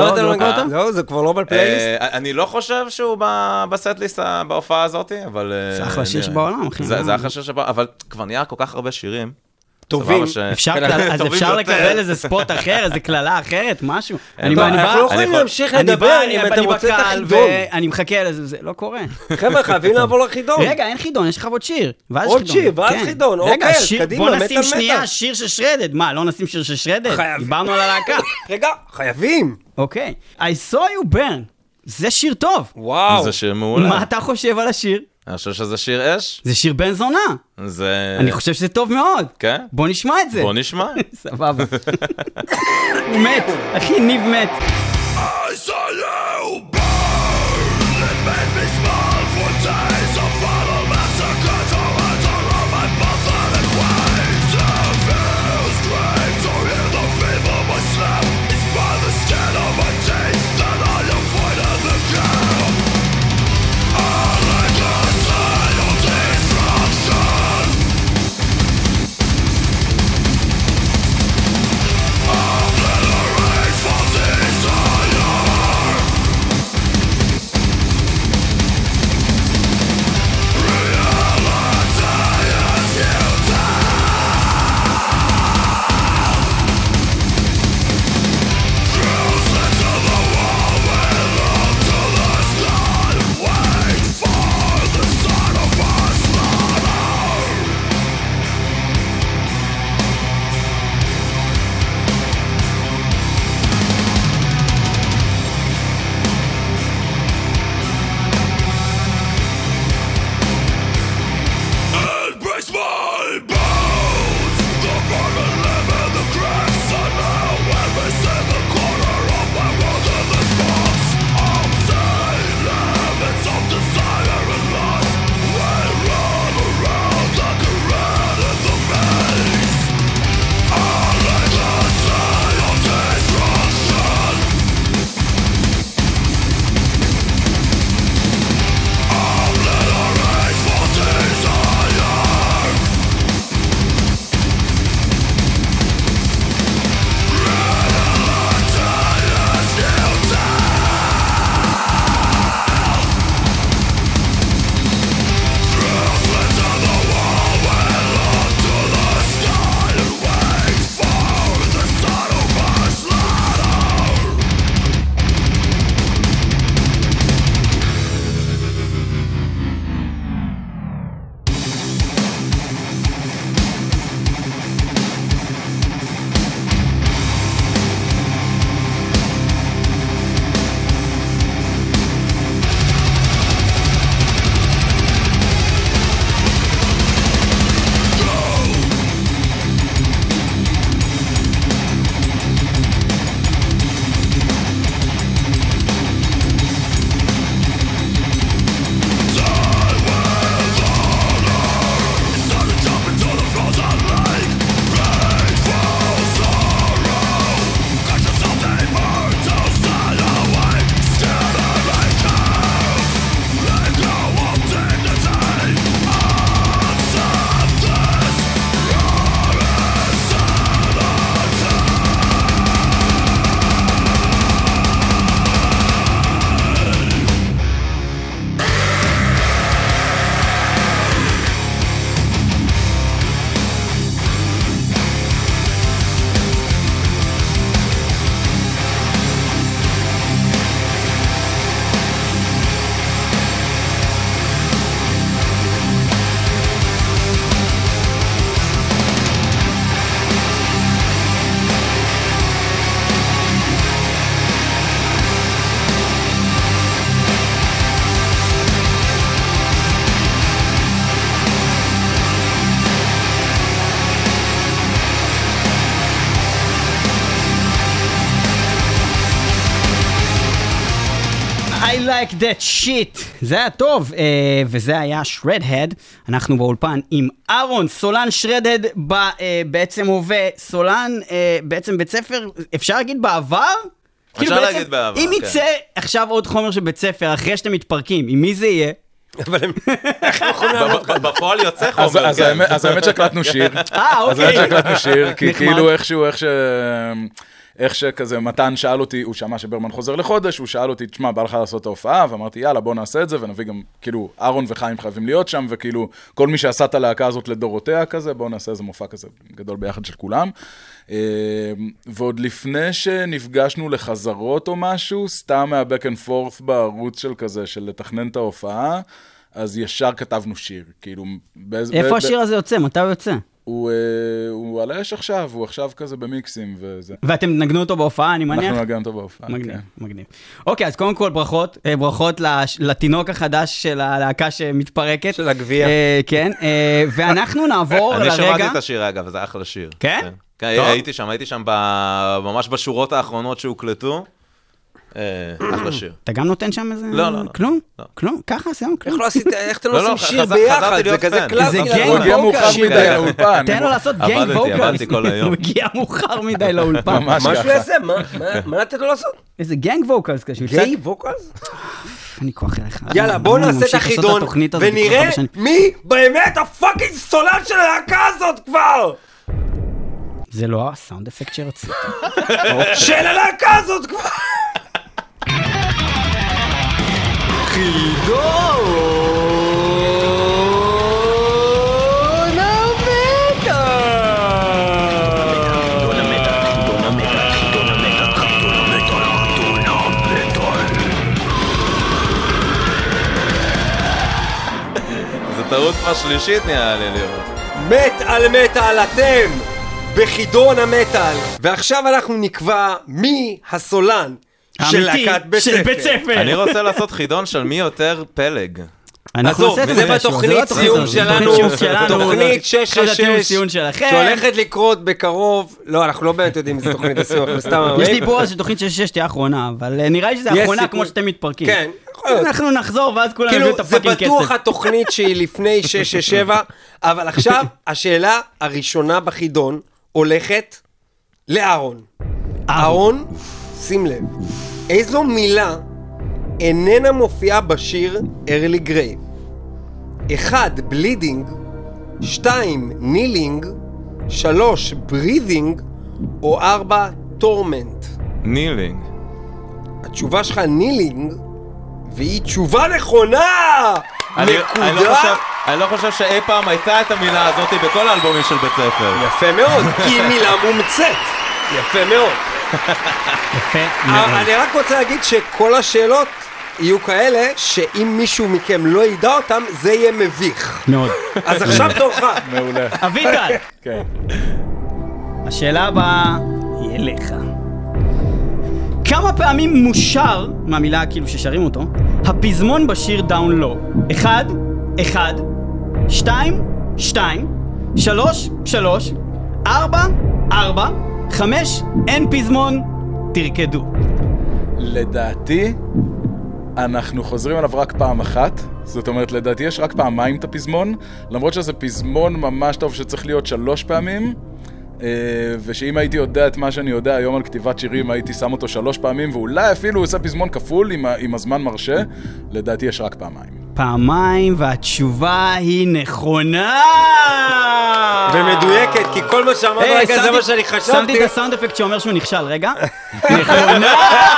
לא, זה כבר לא בפלייליסט. אני לא חושב שהוא בסט-ליסט בהופעה הזאת, אבל... זה אחלה שיר שבעולם, אחי. זה אחלה שיר שבעולם, אבל כבר נהיה כל כך הרבה שירים. טובים. אז אפשר לקבל איזה ספוט אחר, איזה כללה אחרת, משהו. אנחנו לא יכולים להמשיך לדבר אם אתה רוצה את החידון. אני מחכה לזה, זה לא קורה. חבר'ה, חייבים לעבור לחידון. רגע, אין חידון, יש לך עוד שיר. עוד שיר, ואז חידון. רגע, קדימה, בוא נשים שנייה שיר של שרדד. מה, לא נשים שיר של שרדד? דיברנו על הלהקה. רגע, חייבים. אוקיי. I saw you burn. זה שיר טוב. וואו. זה שיר מעולה. מה אתה חושב על השיר? אני חושב שזה שיר אש. זה שיר בן זונה. אני חושב שזה טוב מאוד. כן? בוא נשמע את זה. בוא נשמע. סבבה. הוא מת. אחי, ניב מת. I saw you burn. It made me smile for days of final massacre. To run my pathetic ways. To feel strange, to hear the fever of my slap. It's by the skin of my teeth that I am fighting the game. Obliterates for season. I like that shit. זה היה טוב, וזה היה Shredhead. אנחנו באולפן עם אהרון, סולן Shredhead, בעצם הווה, סולן בעצם בית ספר, אפשר להגיד בעבר? אפשר להגיד בעבר, אם יצא עכשיו עוד חומר של בית ספר, אחרי שאתם מתפרקים, עם מי זה יהיה? אבל הם... איך אנחנו נעמוד? בפועל יוצא חומר. אז האמת שהקלטנו שיר. אוקיי. האמת שהקלטנו שיר, כי נחמד. כאילו איך שכזה מתן שאל אותי, הוא שמע שברמן חוזר לחודש, הוא שאל אותי, תשמע, בא לך לעשות את ההופעה, ואמרתי, יאללה, בוא נעשה את זה, ונביא גם, כאילו, אהרון וחיים חייבים להיות שם, וכאילו, כל מי שעשה את הלהקה הזאת לדורותיה כזה, בוא נעשה איזה מופע כזה גדול ביחד של כולם. ועוד לפני שנפגשנו לחזרות או משהו, סתם מה-back and forth בערוץ של כזה, של לתכנן את ההופעה, אז ישר כתבנו שיר, כאילו... איפה השיר הזה יוצא? מתי הוא יוצא? הוא על האש עכשיו, הוא עכשיו כזה במיקסים וזה. ואתם נגנו אותו בהופעה, אני מניח? אנחנו נגנו אותו בהופעה, מגניב, כן. מגניב. אוקיי, אז קודם כל ברכות לתינוק החדש של הלהקה שמתפרקת. של הגביע. כן, ואנחנו נעבור לרגע... אני שמעתי את השיר, אגב, זה אחלה שיר. כן? כן, הייתי שם ממש בשורות האחרונות שהוקלטו. אחלה שיר. אתה גם נותן שם איזה... לא. כלום? כלום? ככה, סייום, כלום. איך אתם לא לא, עושים שיר חזרתי ביחד? להיות זה כזה פן. קלאסי. זה גנג הוא הגיע מאוחר ווקל. מדי לאולפן. תן לו לעשות גנג ווקל. עבדתי כל היום. הוא הגיע מאוחר מדי לאולפן. ממש משהו ככה. יעשה, מה לתת לו לעשות? איזה גנג ווקלס כזה. גיי ווקלס? אני כוח אליך. יאללה, בואו אני נעשה את ממשיך לעשות החידון, התוכנית הזאת כבר ונראה 5 שנים. מי באמת הפאקינג סולן של הלהקה הזאת כבר! זה לא הסאונד אפקט שרצית. של הלהקה הזאת כבר! חידון זו טעות כבר שלישית נראה לי לראות. מטאל אתם בחידון המטאל, ועכשיו אנחנו נקבע מי הסולן של להקת בית של בית ספר. ספר. אני רוצה לעשות חידון של מי יותר פלג. אנחנו עזוב, נעשה את זה מתישהו, בתוכנית לא סיום התוכנית שלנו, הזאת, זה תוכנית סיום תוכנית שלנו, 666, ציון שלכם. שהולכת לקרות בקרוב, לא, אנחנו לא באמת יודעים אם זה תוכנית הסיום, אנחנו סתם יש אומרים. דיבור על שתוכנית 6 תהיה האחרונה, אבל נראה לי שזה האחרונה סיכוי. כמו שאתם מתפרקים. כן, יכול להיות. אנחנו נחזור ואז כולם כאילו, יביאו את זה הפאקינג בטוח כסף. התוכנית שהיא לפני 667, אבל עכשיו השאלה הראשונה בחידון הולכת לאהרון. אהרון, שים לב, איזו מילה איננה מופיעה בשיר Early Grave? 1. bleeding, 2. kneeling, 3. breathing, או 4. torment. נילינג. התשובה שלך kneeling, והיא תשובה נכונה! אני נקודה! לא חושב שאי פעם הייתה את המילה הזאת בכל האלבומים של בית ספר. יפה מאוד, כי היא מילה מומצאת. יפה מאוד. יפה מאוד. אני רק רוצה להגיד שכל השאלות יהיו כאלה שאם מישהו מכם לא ידע אותם, זה יהיה מביך. מאוד. אז עכשיו תורך. מעולה. אביטל, כן. השאלה הבאה היא אליך. כמה פעמים מושר, מהמילה כאילו ששרים אותו, הפזמון בשיר דאון לואו? 1, 1, 2, 2, 3, 3, 4, 4, 5, אין פזמון, תרקדו. לדעתי, אנחנו חוזרים עליו רק פעם אחת. זאת אומרת, לדעתי יש רק פעמיים את הפזמון, למרות שזה פזמון ממש טוב שצריך להיות 3 פעמים, ושאם הייתי יודע את מה שאני יודע היום על כתיבת שירים, הייתי שם אותו 3 פעמים, ואולי אפילו הוא עושה פזמון כפול עם הזמן מרשה. לדעתי יש רק פעמיים. פעמיים, והתשובה היא נכונה! ומדויקת, כי כל מה שאמרת רגע זה מה שאני שמתי חשבתי. את הסאונד אפקט שאומר שהוא נכשל, רגע. נכונה!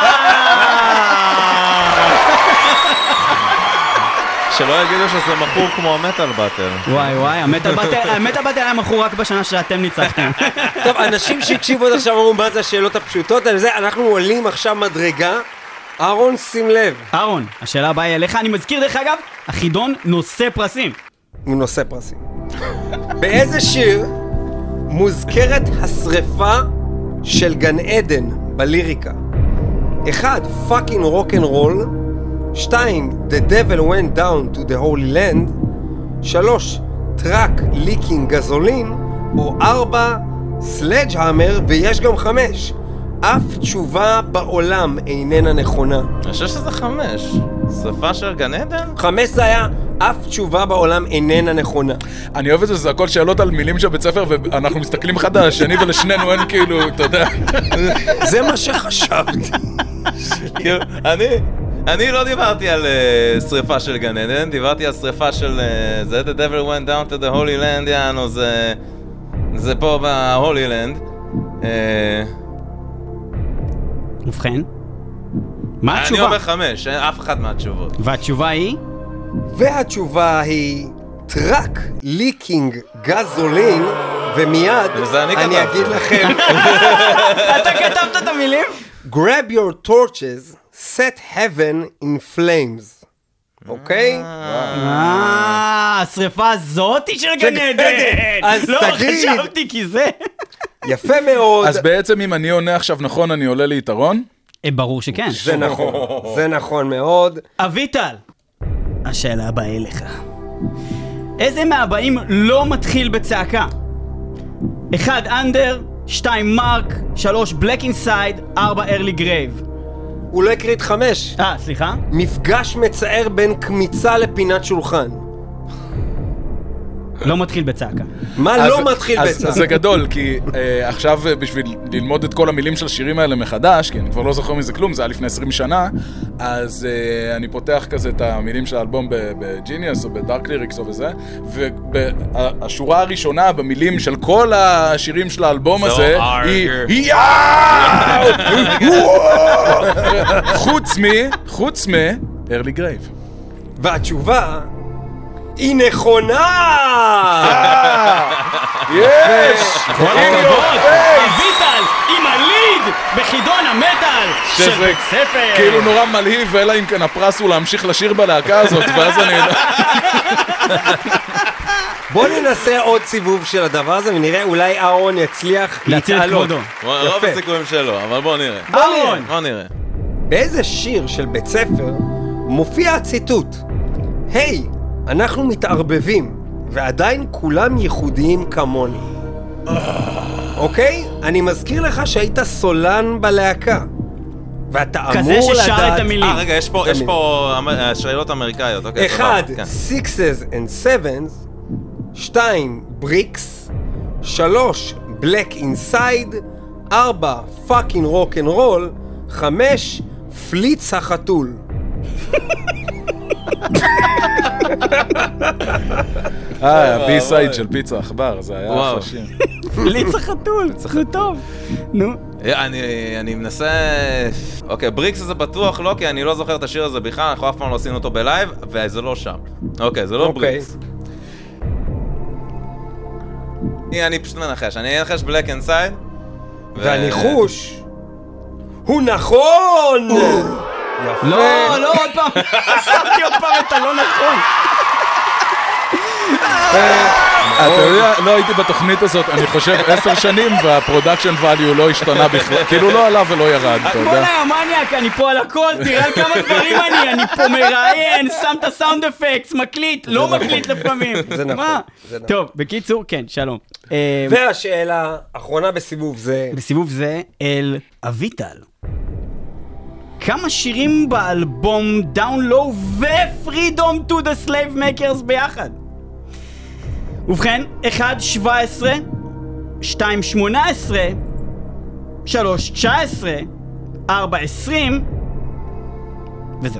שלא יגידו שזה מכור כמו המטל באטל. וואי, המטל באטל היה מכור רק בשנה שאתם ניצחתם. טוב, אנשים שהקשיבו עד עכשיו אמרו מה זה השאלות הפשוטות, על זה אנחנו עולים עכשיו מדרגה. אהרון, שים לב. אהרון, השאלה הבאה היא אליך. אני מזכיר דרך אגב, החידון נושא פרסים. הוא נושא פרסים. באיזה שיר מוזכרת השריפה של גן עדן בליריקה? 1. Fucking rock and roll, 2. The devil went down to the holy land, 3. Truck leaking gasoline, או 4. Sledgehammer, ויש גם 5. אף תשובה בעולם איננה נכונה. אני חושב שזה 5. שריפה של גן עדן? 5 זה היה, אף תשובה בעולם איננה נכונה. אני אוהב את זה, זה הכל שאלות על מילים של בית ספר, ואנחנו מסתכלים אחד על השני ולשנינו אין כאילו, אתה יודע. זה מה שחשבתי. אני לא דיברתי על שריפה של גן עדן, דיברתי על שריפה של זה The Devil Went Down to the Holy Land, יענו, זה פה ב-Holy Land. ובכן, מה התשובה? אני אומר 5, אין אף אחד מהתשובות. והתשובה היא? והתשובה היא טראק ליקינג גזולין, ומיד אני אגיד לכם אתה כתבת את המילים? Grab your torches, set heaven in flames. אוקיי? השריפה הזאתי של גן עדן. אז לא תגיד. חשבתי כי זה. יפה מאוד. אז בעצם אם אני עונה עכשיו נכון, אני עולה ליתרון? ברור שכן. זה נכון, זה נכון מאוד. אביטל, השאלה הבאה אליך. איזה מהבאים לא מתחיל בצעקה? 1 אנדר, 2 מרק, 3 בלק אינסייד, 4 ארלי גרייב. הוא לא הקריא את 5. סליחה? מפגש מצער בין קמיצה לפינת שולחן. לא מתחיל בצעקה. מה לא מתחיל בצעקה? אז זה גדול, כי עכשיו בשביל ללמוד את כל המילים של השירים האלה מחדש, כי אני כבר לא זוכר מזה כלום, זה היה לפני 20 שנה, אז אני פותח כזה את המילים של האלבום בג'יניוס או בדארק ליריקס או בזה, והשורה הראשונה במילים של כל השירים של האלבום הזה היא חוץ ארלי גרייב. והתשובה היא נכונה! יש! אביטל עם הליד בחידון המטל של שזה בית ספר. כאילו נורא מלהיב, אלא אם כן הפרס הוא להמשיך לשיר בלהקה הזאת, ואז אני... בוא ננסה עוד סיבוב של הדבר הזה ונראה אולי אהרון יצליח להציל את להתעלות. כבודו. רוב הסיכויים שלו, אבל בוא נראה. אהרון! בוא נראה. באיזה שיר של בית ספר מופיע הציטוט: היי, אנחנו מתערבבים ועדיין כולם ייחודיים כמוני. אוקיי? אני מזכיר לך שהיית סולן בלהקה ואתה כזה אמור לדעת... ששר את המילים. רגע, יש פה שאלות אמריקאיות. 1. Sixes and Sevens, 2. Bricks, 3. Black Inside, 4. Fucking Rock and Roll, 5. פליץ החתול. הבי-סייד של פיצה עכבר, זה היה אחלה שיר. פליץ החתול, זה טוב. נו. אני מנסה... אוקיי, בריקס זה בטוח לא, כי אני לא זוכר את השיר הזה בכלל, אנחנו אף פעם לא עשינו אותו בלייב, וזה לא שם. אוקיי, זה לא בריקס. אני פשוט מנחש, אני אנחש בלק אינסייד. והניחוש הוא נכון! לא, עוד פעם. שמתי עוד פעם את הלא נכון. אתה יודע, לא הייתי בתוכנית הזאת, אני חושב 10 שנים, והפרודקשן ואליו לא השתנה בכלל, כאילו לא עלה ולא ירד, אתה יודע. בוא'נה המניאק, אני פה על הכל, תראה על כמה דברים אני פה מראיין, שם את הסאונד אפקטס, מקליט, לא מקליט לפעמים. זה נכון. טוב, בקיצור, כן, שלום. והשאלה האחרונה בסיבוב זה... בסיבוב זה אל אביטל. כמה שירים באלבום Down Low ו-Freedom to the Slave Makers ביחד? ובכן, 1, 17, 2, 18, 3, 19, 4, 20, וזהו.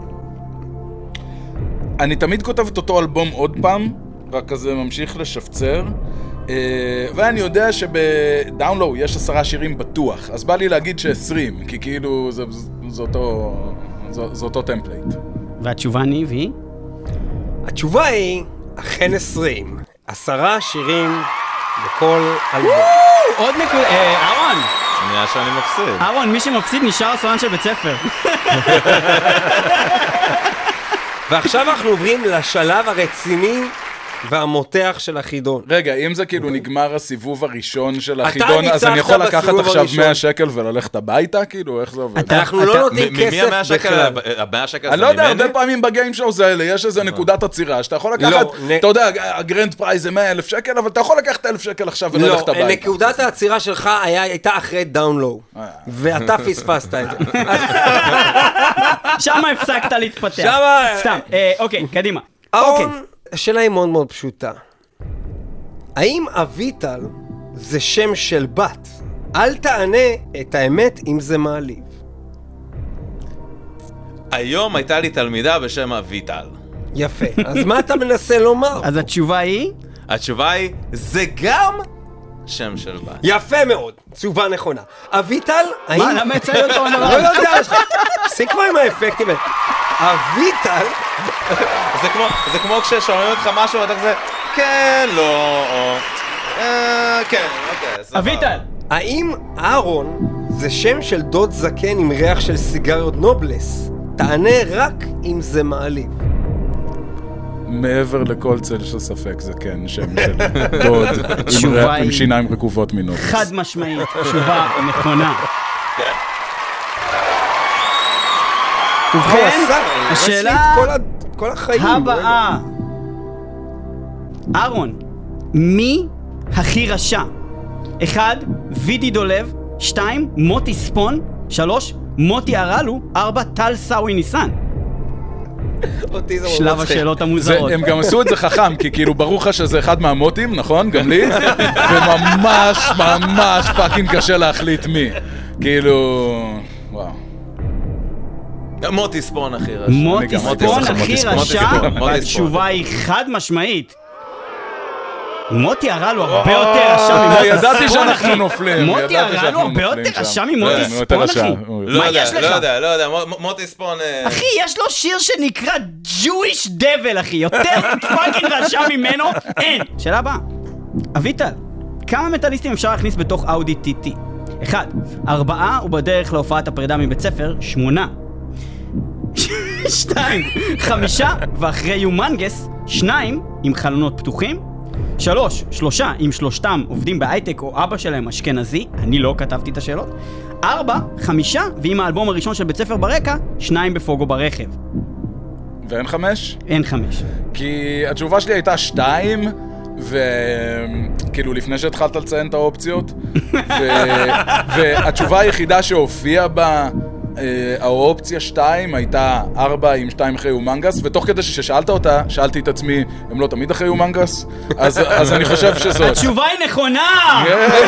אני תמיד כותב את אותו אלבום עוד פעם, רק כזה ממשיך לשפצר, ואני יודע שבדאונלואו יש 10 שירים בטוח, אז בא לי להגיד ש20, כי כאילו זה אותו טמפלייט. והתשובה ניבי? התשובה היא אכן 20. 10 שירים בכל אלבום. עוד נקודה, אהרון! נראה שאני מפסיד. אהרון, מי שמפסיד נשאר הסולן של בית ספר. ועכשיו אנחנו עוברים לשלב הרציני והמותח של החידון. רגע, אם זה כאילו נגמר הסיבוב הראשון של אתה החידון, אז אני יכול ניצחת לקחת בסיבוב עכשיו הראשון. 100 שקל וללכת הביתה? כאילו, איך זה עובד? אנחנו לא נותנים ממי ה-100 כסף שקל? בכלל. ה-100 שקל אני זה לא יודע, ממני? הרבה פעמים בגיים שואוז האלה יש איזה נקודת עצירה, שאתה יכול לקחת, לא, אתה יודע, הגרנד פרייז זה 100,000 שקל, אבל אתה יכול לקחת 1,000 שקל עכשיו וללכת לא, הביתה. נקודת העצירה שלך הייתה אחרי דאונלואו, ואתה פספסת את זה. שם הפסקת להתפתח. שמה- סתם, אוקיי, קדימה. אוקיי. אהרון, השאלה היא מאוד מאוד פשוטה. האם אביטל זה שם של בת? אל תענה את האמת אם זה מעליב. היום הייתה לי תלמידה בשם אביטל. יפה, אז מה אתה מנסה לומר? אז התשובה היא... התשובה היא, זה גם שם של בת. יפה מאוד, תשובה נכונה. אביטל, האם... מה, למה יצא לי אותו לא הדבר? יודע, תפסיק כבר עם האפקטים האלה. אביטל, זה כמו כששומעים אותך משהו ואתה כזה, כן, לא, או... כן, אוקיי, סבבה. אביטל! האם אהרון זה שם של דוד זקן עם ריח של סיגריות נובלס? תענה רק אם זה מעליב. מעבר לכל צל של ספק, זה כן שם של דוד, התשובה עם היא- שיניים רקובות מנובלס. חד משמעית, תשובה נכונה. ובכן, השאלה כל החיים. הבאה. אהרון, מי הכי רשע? 1. וידי דולב, 2. מוטי ספון, 3. מוטי הרלו, 4. טל סאווי ניסן. אותי זה מאוד שלב מצחיק. השאלות המוזרות. הם גם עשו את זה חכם, כי כאילו ברור לך שזה אחד מהמוטים, נכון? גם לי? וממש ממש פאקינג קשה להחליט מי. כאילו... וואו. מוטי ספון הכי רשע. מוטי גם ספון מוטי הכי ספון, רשע, מוטי ספון. והתשובה היא חד משמעית. מוטי הרלו הרבה יותר רשע ממוטי ידעתי ספון, שאנחנו אחי. נופלים, מוטי ידעתי הרלו שאנחנו הרבה נופלים יותר שם. רשע ממוטי כן, הוא יותר ספון, רשע. אחי. הוא- לא מה יודע, יש לך? לא יודע, מוטי ספון... אחי, יש לו שיר שנקרא Jewish Devil, אחי. יותר פאקינג רשע ממנו? אין. שאלה הבאה. אביטל, כמה מטליסטים אפשר להכניס בתוך אאודי TT? 1. 4 ובדרך להופעת הפרידה מבית ספר, 8. 2. 5 ואחרי יומנגס, 2 עם חלונות פתוחים. 3 אם שלושתם עובדים בהייטק או אבא שלהם אשכנזי, אני לא כתבתי את השאלות. 4, 5 ועם האלבום הראשון של בית ספר ברקע, 2 בפוגו ברכב. ואין 5? אין 5. כי התשובה שלי הייתה 2, וכאילו לפני שהתחלת לציין את האופציות, והתשובה היחידה שהופיעה בה, האופציה 2 הייתה 4 עם 2 אחרי יומנגס, ותוך כדי ששאלת אותה, שאלתי את עצמי, הם לא תמיד אחרי יומנגס? אז אני חושב שזאת. התשובה היא נכונה!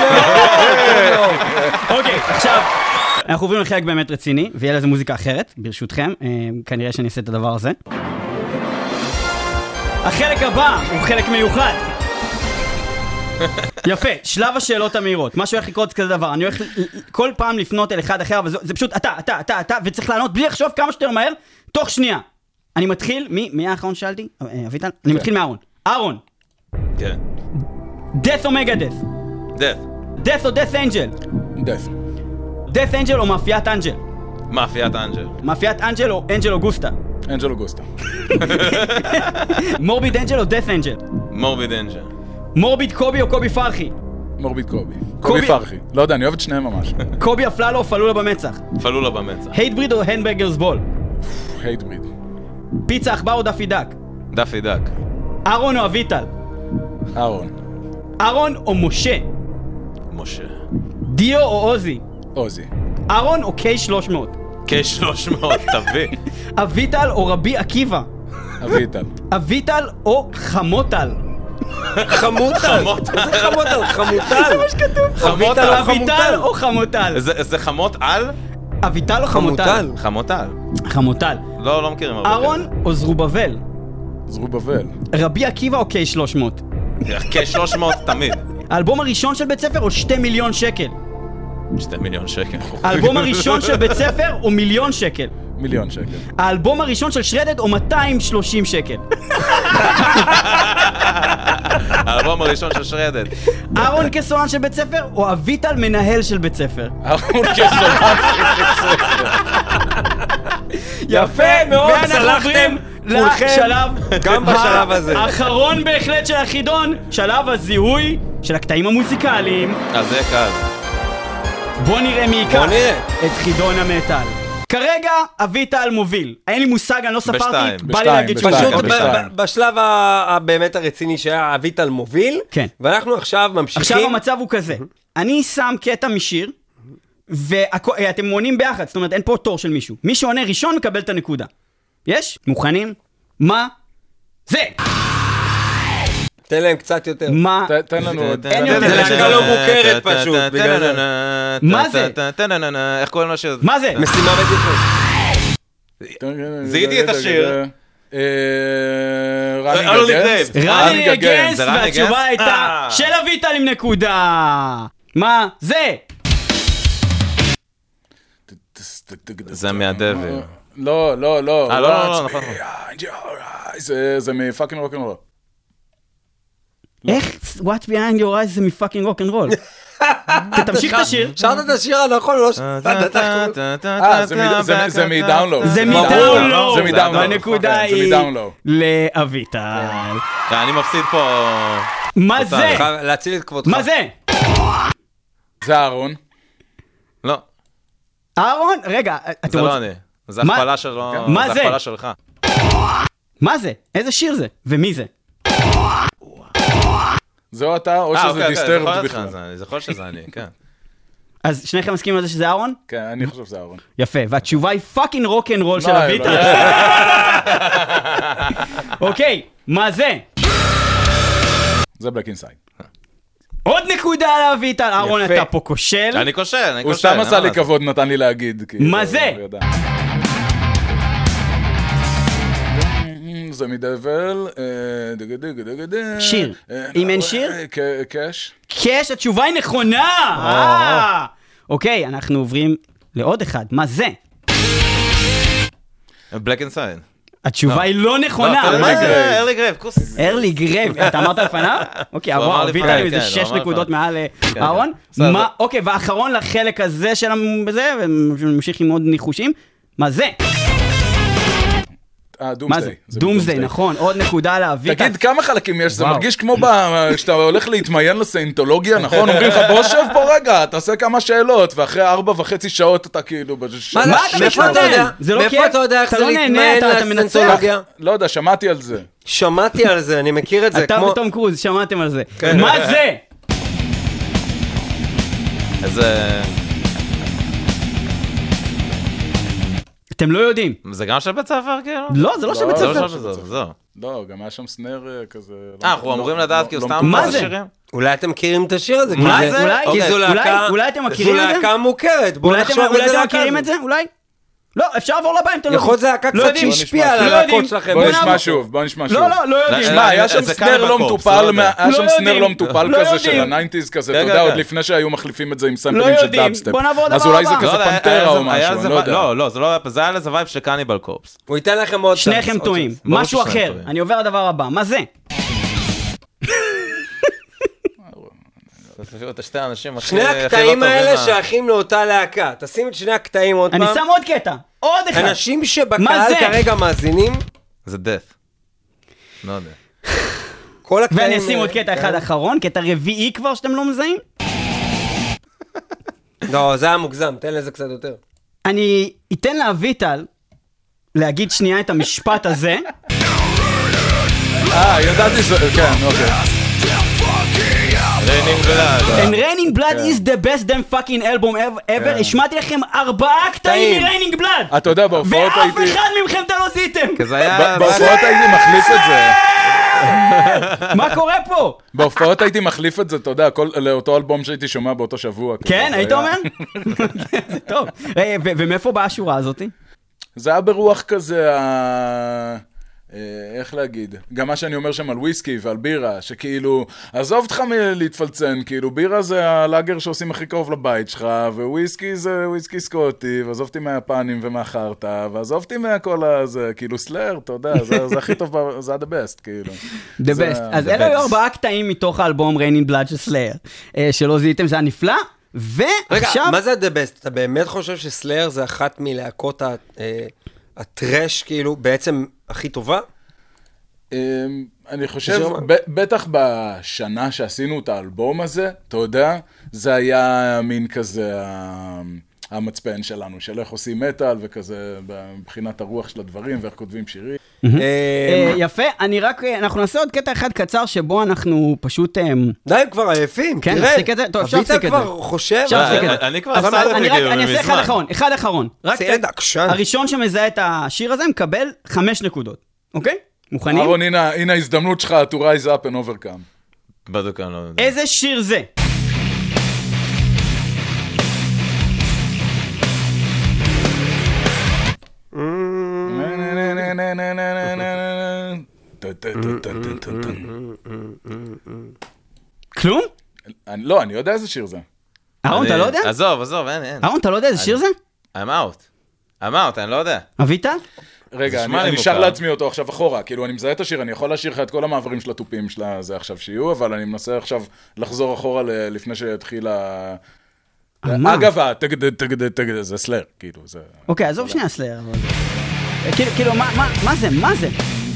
אוקיי, עכשיו, אנחנו עוברים לחלק באמת רציני, ויהיה לזה מוזיקה אחרת, ברשותכם, כנראה שאני אעשה את הדבר הזה. החלק הבא הוא חלק מיוחד. יפה, שלב השאלות המהירות. מה שהולך לקרות כזה דבר, אני הולך כל פעם לפנות אל אחד אחר, אבל זה פשוט אתה, וצריך לענות בלי לחשוב כמה שיותר מהר, תוך שנייה. אני מתחיל, מי האחרון שאלתי? אביטל? אני מתחיל מאהרון. אהרון, כן. death או מגדף? death או death angel? דף. death angel או מאפיית אנג'ל? מאפיית אנג'ל. מאפיית אנג'ל או אנג'ל אוגוסטה? אנג'ל אוגוסטה. מורביד אנג'ל או death אנג'ל? מורביד אנג'ל. מורביד קובי או קובי פרחי? מורביד קובי. קובי פרחי. לא יודע, אני אוהב את שניהם ממש. קובי אפללו או פלולה במצח? פלולה במצח. הייטבריד או הנברגרס בול? הייטבריד. פיצה עכבר או דפי דק? דפי דק. אהרון או אביטל? אהרון. אהרון או משה? משה. דיו או עוזי? עוזי. אהרון או K300? כ-300, תביא. אביטל או רבי עקיבא? אביטל. אביטל או חמוטל? חמוטל. איזה חמוטל? חמוטל. חמוטל. אביטל או חמוטל? זה חמות על? אביטל או חמוטל? חמוטל. חמות על. חמוטל. לא מכירים הרבה. אהרון או זרובבל? זרובבל. רבי עקיבא או K300? כ-300 תמיד. האלבום הראשון של בית ספר או 2 מיליון שקל? 2 מיליון שקל. האלבום הראשון של בית ספר או 1,000,000 שקל? 1,000,000 שקל. האלבום הראשון של שרדד או 230 שקל? האלבום הראשון של שרדד. אהרון כסולן של בית ספר או אביטל מנהל של בית ספר? אהרון כסולן. יפה מאוד, צלחתם כולכם, לשלב גם בשלב הזה. האחרון בהחלט של החידון, שלב הזיהוי של הקטעים המוזיקליים. אז זה קל. בוא נראה מי ייקח בוא נראה. את חידון המטל. כרגע אביטל מוביל. אין לי מושג, אני לא ספרתי, בשתיים. בא לי להגיד בשתיים. שהוא פשוט בשתיים. בשלב הבאמת הרציני שהיה אביטל מוביל, כן. ואנחנו עכשיו ממשיכים. עכשיו המצב הוא כזה, אני שם קטע משיר, ואתם מונים ביחד, זאת אומרת אין פה תור של מישהו. מי שעונה ראשון מקבל את הנקודה. יש? מוכנים? מה? זה! תן להם קצת יותר. מה? תן לנו עוד... אין יותר. זה להקה לא מוכרת פשוט, בגלל זה. מה זה? איך קוראים לו שזה? מה זה? משימה בטיחות. זיהיתי את השיר. Running Against. Running Against, זה Running והתשובה Against? הייתה של אביטל עם נקודה. מה? זה! זה מהדבר. לא. לא, נכון. זה מפאקינג רוק'נ'רול. איך? What's behind your eyes זה מפאקינג רוק'נ'רול. תמשיך את השיר. שרת את השיר הנכון, לא זה מדאונלואו. זה מדאונלואו. זה מדאונלואו. הנקודה זה היא מדאונלואו. לאביטל. אני מפסיד פה... מה זה? להציל את כבודך. מה זה? זה אהרון. לא, אהרון? רגע, אתם זה לא רוצים... אני. זה מה? הכפלה שלו. מה זה? זה הכפלה שלך. מה זה? איזה שיר זה? ומי זה? זהו אתה, או שזה דיסטרבד בכלל. אני זוכר שזה אני, כן. אז שניכם מסכימים על זה שזה אהרון? כן, אני חושב שזה אהרון. יפה, והתשובה היא פאקינג רוק'נ'רול של לא, אביטל. לא. אוקיי, מה זה? זה בלק אינסייד. עוד נקודה לאביטל. אהרון, יפה. אתה פה כושל. אני כושל. הוא סתם עשה לי כבוד, נתן לי להגיד. מה זה? זה מדבל. שיר. אם אין שיר? קאש. קש, התשובה היא נכונה! אוקיי, אנחנו עוברים לעוד אחד. מה זה? בלק אינסייד. התשובה היא לא נכונה. לא, מה זה? ארלי גרייב, כוס. ארלי גרייב. אתה אמרת לפניו? אוקיי, הוא אמר עבור, לפניי, אביטל עם איזה כן, 6 הוא אמר נקודות לפניי. מעל כן, אהרון. בסדר. מה, אוקיי, והאחרון לחלק הזה של זה, וממשיך עם עוד ניחושים. מה זה? מה זה? דומסדיי, נכון. עוד נקודה לאביטל. תגיד, כמה חלקים יש? זה וואו. מרגיש כמו כשאתה הולך להתמיין לסיינטולוגיה, נכון? אומרים לך, בוא שב פה רגע, תעשה כמה שאלות, ואחרי 4.5 שעות אתה כאילו... מה אתה מתפתן? זה לא כיף? מאיפה אתה יודע איך אתה זה לא נהנה, להתמיין אתה מנצח. לסנסולוגיה? לא יודע, שמעתי על זה. שמעתי על זה, אני מכיר את זה. אתה כמו- וטום קרוז, שמעתם על זה. מה זה? איזה... אתם לא יודעים. זה גם של בית ספר, כאילו? לא, זה לא של בית זה ספר. לא של בית ספר, זהו. לא, גם היה שם סנר כזה... אנחנו אמורים לדעת כאילו סתם מה מה זה? שירים? אולי אתם מכירים את השיר הזה. מה כי זה? אולי- כי זו אוקיי. להקה... אולי אתם מכירים את זה? זו להקה מוכרת. בואו אולי נחשוב אתם איזה להקה מכירים זו. את זה? אולי? לא, אפשר לעבור לבא אם אתם לא יכול להיות זה להקה לא קצת יודעים. שהשפיעה על לא הלהקות יודעים. שלכם. בוא נעבור. נשמע שוב, בוא נשמע שוב. לא יודעים. שמע, היה שם זה סנר קנבל לא קורפס, מטופל, לא יודע. היה לא שם סנר יודעים. לא מטופל לא כזה של יודעים. הניינטיז כזה, כן, אתה יודע, כן. עוד לפני שהיו מחליפים את זה עם לא סמפלים של יודעים. דאבסטפ. בוא נעבור אז לדבר אולי זה הבא. כזה לא יודע, פנטרה או היה משהו, זה אני לא יודע. לא, זה היה איזה וייב של קניבל קורפס. הוא ייתן לכם עוד... שניכם עוד טועים. צ'אנס. ברור משהו ששניהם אחר. טועים. אני עובר לדבר הבא. מה זה? את שתי האנשים הכי שני לא הקטעים טובים האלה מה- שייכים לאותה להקה. תשים את שני הקטעים עוד אני פעם. שם עוד קטע. עוד אחד. אנשים מה שבקהל זה? כרגע מאזינים, זה death. לא יודע. כל הקטעים... ואני אשים עוד קטע אחד אחרון, קטע רביעי כבר שאתם לא מזהים. לא, זה היה מוגזם, תן לזה קצת יותר. אני אתן לאביטל להגיד שנייה את המשפט הזה. ידעתי שזה, כן, אוקיי. ריינינג בלעד. And Raining Blood is the best damn fucking album ever. השמעתי לכם 4 קטעים מ-Raining Blood. אתה יודע, בהופעות ואף הייתי... אחד מכם אתה לא זיתם. כי זה היה... בהופעות הייתי מחליף את זה. מה קורה פה? בהופעות הייתי מחליף את זה, אתה יודע, לאותו אלבום שהייתי שומע באותו שבוע. כן, כזה, היית זה אומר? היה- זה טוב. ומאיפה באה השורה הזאת? זה היה ברוח כזה, איך להגיד, גם מה שאני אומר שם על וויסקי ועל בירה, שכאילו, עזוב אותך מלהתפלצן, כאילו בירה זה הלאגר שעושים הכי קרוב לבית שלך, וויסקי זה וויסקי סקוטי, ועזוב אותי מהפנים ומהחרטה, ועזוב אותי מהכל הזה, כאילו סלר, אתה יודע, זה הכי טוב, זה the best, כאילו. The best. אז אלה היו 4 קטעים מתוך האלבום Raining Blood של סלייר, שלא זיהיתם, זה היה נפלא. רגע, ועכשיו... מה זה the best? אתה באמת חושב שסלייר זה אחת מלהקות הטרש כאילו בעצם הכי טובה? אני חושב, בטח בשנה שעשינו את האלבום הזה, אתה יודע, זה היה מין כזה המצפן שלנו, של איך עושים מטל וכזה, מבחינת הרוח של הדברים ואיך כותבים שירים. יפה, אנחנו נעשה עוד קטע אחד קצר שבו אנחנו פשוט... די, הם כבר עייפים, כן, תראה. נפסיק את זה, טוב, אפשר להפסיק את זה. אביטל כבר חושב. אני כבר אבל עשיתי אני כאילו אעשה אחד אחרון. צייד עקשן. הראשון שמזהה את השיר הזה מקבל 5 נקודות, אוקיי? מוכנים? אהרון, הנה ההזדמנות שלך to rise up and overcome. בדיוק, אני לא יודע. איזה שיר זה? כלום? לא, אני יודע איזה שיר זה. אהרון, אתה לא יודע? עזוב, אין. אהרון, אתה לא יודע איזה שיר זה? I'm out, אני לא יודע. אביטל? רגע, אני שר לעצמי אותו עכשיו אחורה, כאילו אני מזהה את השיר, אני יכול להשאיר לך את כל המעברים של הטופים של זה עכשיו שיהיו, אבל אני מנסה עכשיו לחזור אחורה לפני שיתחיל אגב, תגד, זה סלר, כאילו, זה... אוקיי, עזוב שנייה סלר, אבל... כאילו, מה זה? מה זה?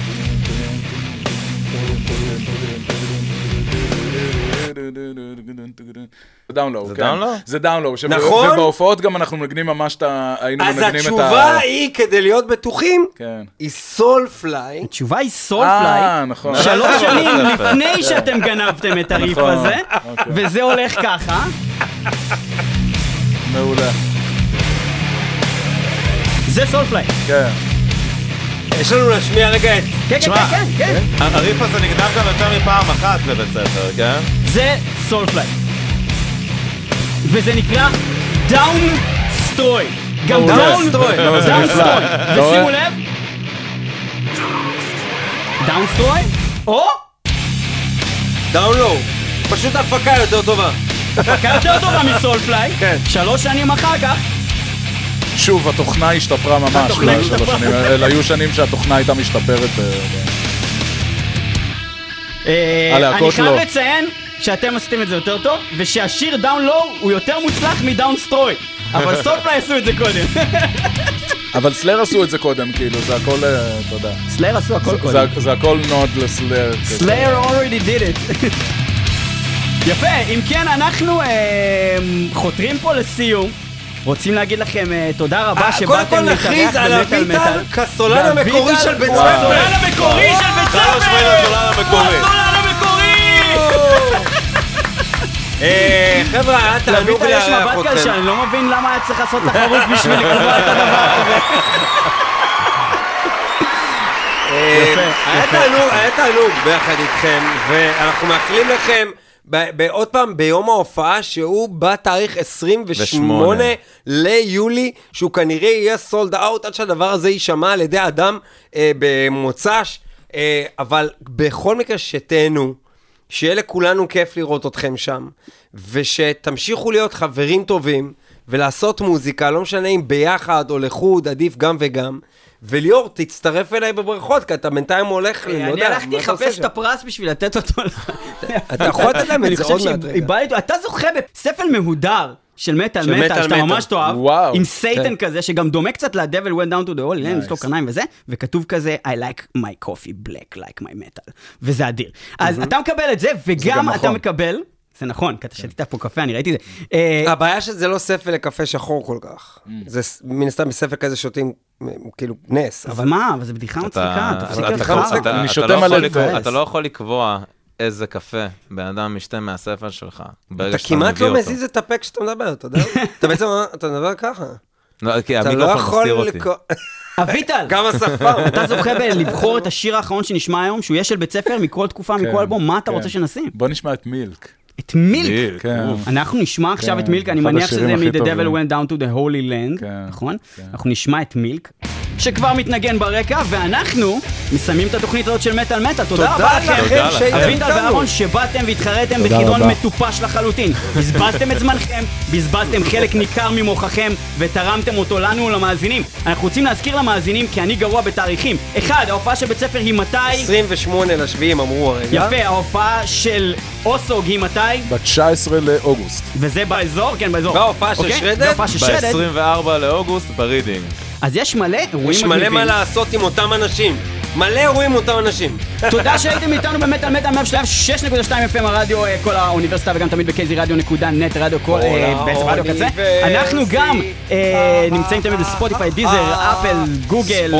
זה דאונלואו, זה כן. דאונלואו? זה דאונלואו. נכון. ובהופעות גם אנחנו מנגנים ממש היינו אז מנגנים את התשובה היא, כדי להיות בטוחים, כן. היא סולפליי. התשובה היא סולפליי. נכון. 3 שנים לפני שאתם גנבתם את הריף נכון. הזה, וזה הולך ככה. מעולה. זה סולפליי. כן. יש לנו להשמיע רגע את... כן. הריף הזה נגנב גם יותר מפעם אחת בבית ספר, כן? זה סולפליי. וזה נקרא דאון סטרוי. גם דאון סטרוי. ושימו לב. דאון סטרוי? או? דאונלואו. פשוט הפקה יותר טובה. הפקה יותר טובה מסולפליי. 3 שנים אחר כך. שוב, התוכנה השתפרה ממש. אלה היו שנים שהתוכנה הייתה משתפרת. אני חייב לציין שאתם עשיתם את זה יותר טוב, ושהשיר דאון לואו הוא יותר מוצלח מדאון סטרוי. אבל סולפליי עשו את זה קודם. אבל סלר עשו את זה קודם, כאילו, זה הכל, אתה יודע. סלר עשו הכל קודם. זה הכל נוד לסלר. סלר already did it. יפה, אם כן, אנחנו חותרים פה לסיום. רוצים להגיד לכם תודה רבה שבאתם להתארח נכריז על אביטל כסולן המקורי של בית ספר. הסולן המקורי של בית ספר! הסולן המקורי! חבר'ה, היה תענוג לאביטל יש לארח מבט אתכם. כזה, אני לא מבין למה היה צריך לעשות תחרות בשביל לקבוע את הדבר הזה. היה תענוג ביחד איתכם, ואנחנו מאחלים לכם עוד פעם ביום ההופעה שהוא בתאריך 28 ליולי, שהוא כנראה יהיה סולד אאוט עד שהדבר הזה יישמע על ידי אדם במוצ"ש, אבל בכל מקרה שתהנו, שיהיה לכולנו כיף לראות אתכם שם, ושתמשיכו להיות חברים טובים ולעשות מוזיקה, לא משנה אם ביחד או לחוד, עדיף גם וגם. וליאור, תצטרף אליי בברכות, כי אתה בינתיים הולך, לא יודע. אני הלכתי לחפש את הפרס בשביל לתת אותו. אתה יכול לתת להם את זה עוד מעט רגע. אתה זוכה בספל מהודר של מטל, שאתה ממש תאהב, עם סייטן כזה, שגם דומה קצת ל-Devil Went Down to the Holy Land, יש לו קרניים וזה, וכתוב כזה, I like my coffee black like my metal, וזה אדיר. אז אתה מקבל את זה, וגם אתה מקבל, זה נכון, כי אתה שתית פה קפה, אני ראיתי את זה. הבעיה שזה לא ספל לקפה שחור כל כך. זה מן הסתם בספל כזה שותים, כאילו, נס. אבל מה? אבל זה בדיחה מצחיקה, תפסיק להיות חרא. אני שותה מלא אתה לא יכול לקבוע איזה קפה בן אדם משתה מהספל שלך. אתה כמעט לא מזיז את הפה כשאתה מדבר, אתה יודע? אתה בעצם, אתה מדבר ככה. כי אתה לא המיקרופון יכול מסתיר אותי. אביטל, גם השפם. אתה זוכה לבחור את השיר האחרון שנשמע היום, שהוא יהיה של בית ספר, מכל תקופה, מכל אלבום, מה אתה רוצה שנשים? בוא נשמע את מילק. את מילק. אנחנו נשמע עכשיו את מילק, אני מניח שזה מ-The Devil Went Down to the Holy Land, נכון? אנחנו נשמע את מילק, שכבר מתנגן ברקע, ואנחנו מסיימים את התוכנית הזאת של מטל מטל. תודה רבה לכם, אביטל ואהרון, שבאתם והתחרתם בחידון מטופש לחלוטין. בזבזתם את זמנכם, בזבזתם חלק ניכר ממוחכם, ותרמתם אותו לנו ולמאזינים. אנחנו רוצים להזכיר למאזינים, כי אני גרוע בתאריכים. 1, ההופעה של בית ספר היא מתי? 28 לשביעים אמרו הרגע. יפה, ההופעה של אוסוג היא מתי? ב-19 לאוגוסט. וזה באזור? כן, באזור. וההופעה של שרדת? וההופעה של שרדת. ב-24 לאוגוסט ברידינג. אז יש מלא אירועים יש מלא מה לעשות עם אותם אנשים. מלא אירועים עם אותם אנשים. תודה שהייתם איתנו באמת על מטא 106.2 FM הרדיו, כל האוניברסיטה וגם תמיד בקייזי-רדיו.נט, רדיו כל, בעצם רדיו קצה. אנחנו גם נמצאים תמיד בספוטיפיי, דיזר, אפל, גוגל,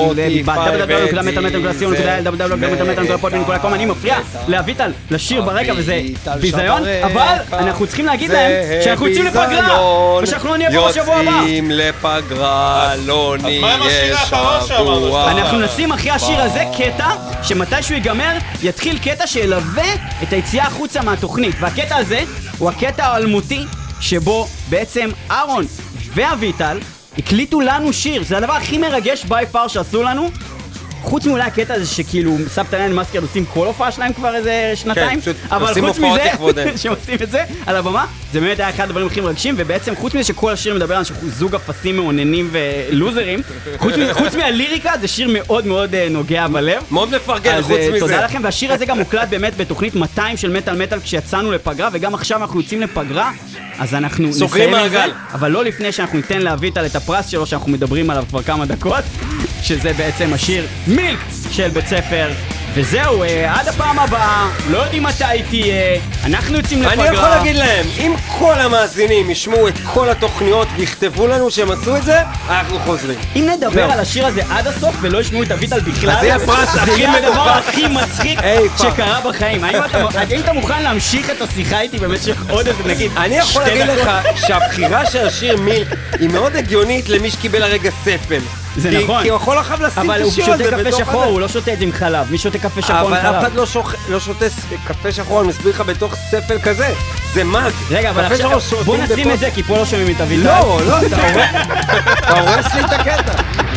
www.metalmetal.co.il, אני מפריע לאביטל לשיר ברקע וזה ביזיון, אבל אנחנו צריכים להגיד להם שאנחנו יוצאים לפגרה ושאנחנו לא נהיה פה בשבוע הבא. יוצאים לפגרה, לא נהיה שבוע. אנחנו נשים אחרי השיר הזה קטע שמתישהו ייגמר יתחיל קטע שילווה את היציאה החוצה מהתוכנית, והקטע הזה הוא הקטע האלמותי שבו בעצם אהרון ואביטל הקליטו לנו שיר. זה הדבר הכי מרגש ביי פאר שעשו לנו, חוץ מאולי הקטע הזה שכאילו סבתריין מסקרד עושים כל הופעה שלהם כבר איזה שנתיים, אבל חוץ מזה שעושים את זה על הבמה, זה באמת היה אחד הדברים הכי מרגשים, ובעצם חוץ מזה שכל השיר מדבר על זוג אפסים מעוננים ולוזרים, חוץ מהליריקה זה שיר מאוד מאוד נוגע בלב, מאוד מפרגן חוץ מזה. תודה לכם, והשיר הזה גם מוקלט באמת בתוכנית 200 של מטל כשיצאנו לפגרה, וגם עכשיו אנחנו יוצאים לפגרה, אז אנחנו נסיים את זה, אבל לא לפני שאנחנו ניתן לאביטל את הפרס שלו שאנחנו מדברים עליו כבר כמה דקות, שזה בעצם השיר מילק של בית ספר. וזהו, עד הפעם הבאה, לא יודעים מתי תהיה, אנחנו יוצאים לפגרה. אני יכול להגיד להם, אם כל המאזינים ישמעו את כל התוכניות ויכתבו לנו שהם עשו את זה, אנחנו חוזרים. אם נדבר על השיר הזה עד הסוף ולא ישמעו את אביטל בכלל, זה יהיה הדבר הכי מצחיק שקרה בחיים. האם אתה מוכן להמשיך את השיחה איתי במשך עוד איזה נגיד? אני יכול להגיד לך שהבחירה של השיר מילק היא מאוד הגיונית למי שקיבל הרגע ספל. זה נכון. כי הוא יכול עכשיו לשים את השיר הזה. אבל הוא שותה קפה שחור, הוא לא שותה את זה עם חלב. מי שותה קפה שחור עם חלב? אבל אף אחד לא שותה קפה שחור, אני מסביר לך בתוך ספל כזה. זה מג. רגע, אבל עכשיו בוא נשים את זה, כי פה לא שומעים את אביטל. לא, אתה הורס לי את הקטע.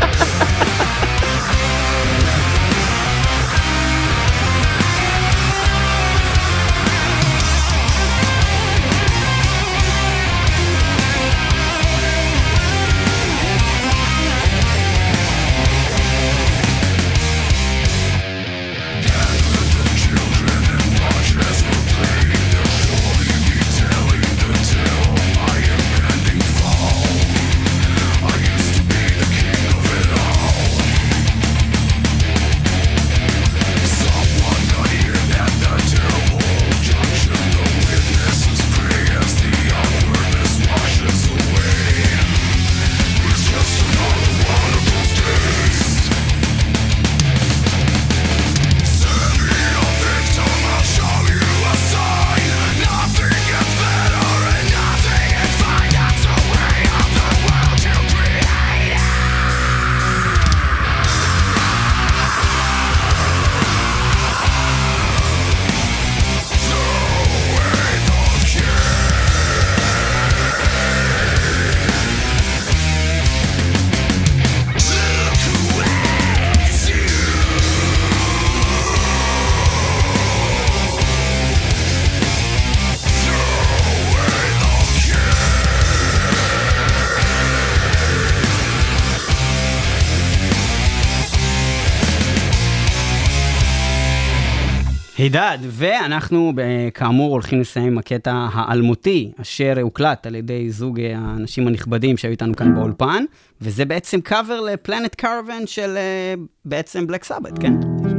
הידד, ואנחנו כאמור הולכים לסיים עם הקטע האלמותי, אשר הוקלט על ידי זוג האנשים הנכבדים שהיו איתנו כאן באולפן, וזה בעצם קאבר לפלנט קרוון של בעצם בלק סבת, כן?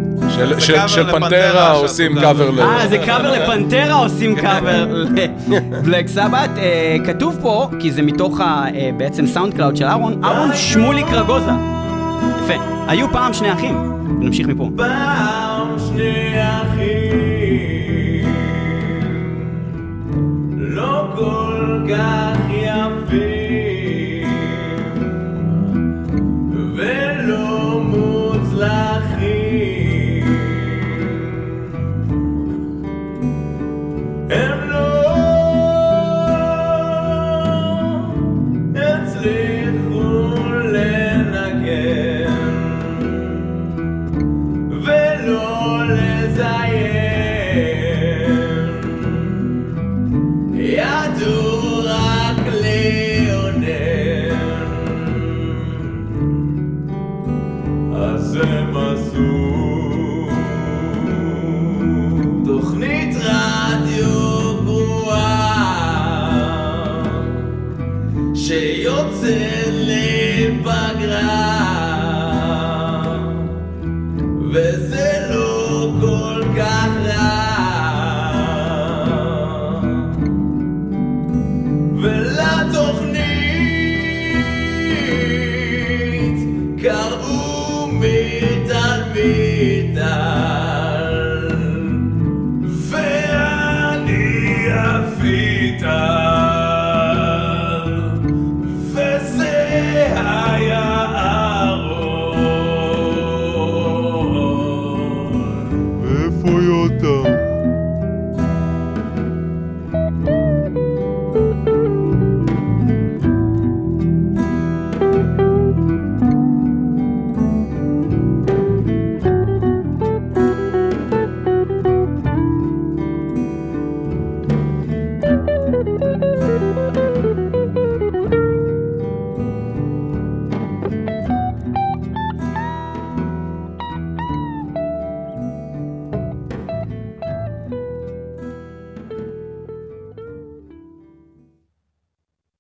של פנטרה עושים קאבר זה קאבר לפנטרה עושים קאבר לבלק סבת. כתוב פה, כי זה מתוך בעצם סאונד קלאוד של אהרון שמוליק רגוזה. יפה. היו פעם שני אחים. נמשיך מפה. פעם שני אחים לא כל כך יפים ולא מוצלחים, הם לא הצליחו לנגן ולא לזיין, ידעו רק שיוצא לפגרה וזה